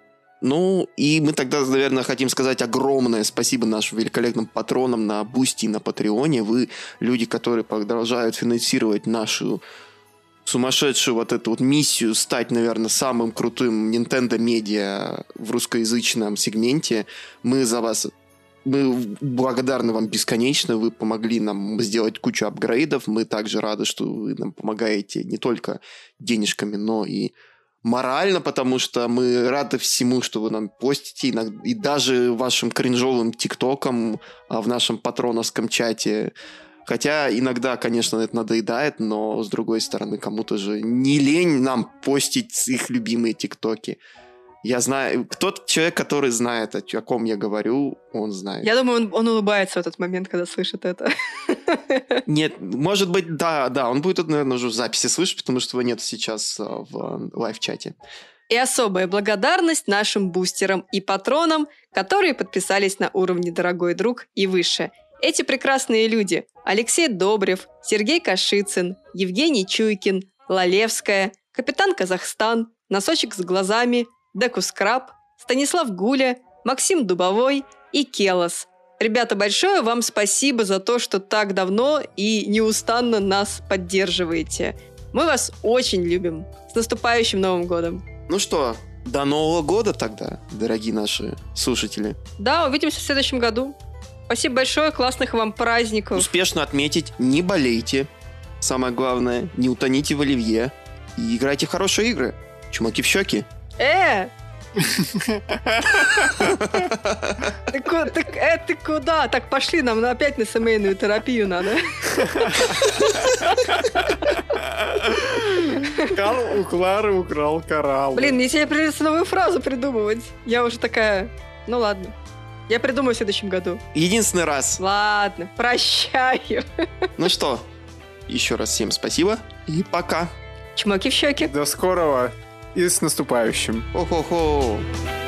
Ну, и мы тогда, наверное, хотим сказать огромное спасибо нашим великолепным патронам на Бусти и на Патреоне. Вы люди, которые продолжают финансировать нашу сумасшедшую вот эту вот миссию стать, наверное, самым крутым Nintendo Media в русскоязычном сегменте. Мы за вас... Мы благодарны вам бесконечно, вы помогли нам сделать кучу апгрейдов, мы также рады, что вы нам помогаете не только денежками, но и морально, потому что мы рады всему, что вы нам постите, и даже вашим кринжовым тиктокам в нашем патроновском чате. Хотя иногда, конечно, это надоедает, но, с другой стороны, кому-то же не лень нам постить их любимые тиктоки. Я знаю, тот человек, который знает, о, о ком я говорю, он знает. Я думаю, он, он улыбается в этот момент, когда слышит это. Нет, может быть, да, да, он будет, наверное, уже в записи слышать, потому что его нет сейчас в лайв-чате. И особая благодарность нашим бустерам и патронам, которые подписались на уровне «Дорогой друг» и выше. Эти прекрасные люди – Алексей Добрев, Сергей Кашицын, Евгений Чуйкин, Лалевская, Капитан Казахстан, Носочек с глазами, Декус Краб, Станислав Гуля, Максим Дубовой и Келос. Ребята, большое вам спасибо за то, что так давно и неустанно нас поддерживаете. Мы вас очень любим. С наступающим Новым годом! Ну что, до Нового года тогда, дорогие наши слушатели. Да, увидимся в следующем году. Спасибо большое, классных вам праздников. Успешно отметить, не болейте. Самое главное, не утоните в оливье. И играйте в хорошие игры. Чумаки в щеки. Э! Ты ку- ты- э, ты куда? Так, пошли, нам на- опять на семейную терапию надо. Карл у Клары украл коралл. Блин, мне тебе придется новую фразу придумывать. Я уже такая, ну ладно. Я придумаю в следующем году. Единственный раз. Ладно, прощаю. Ну что, еще раз всем спасибо и пока. Чмоки в щеки. До скорого и с наступающим. Хо-хо-хо.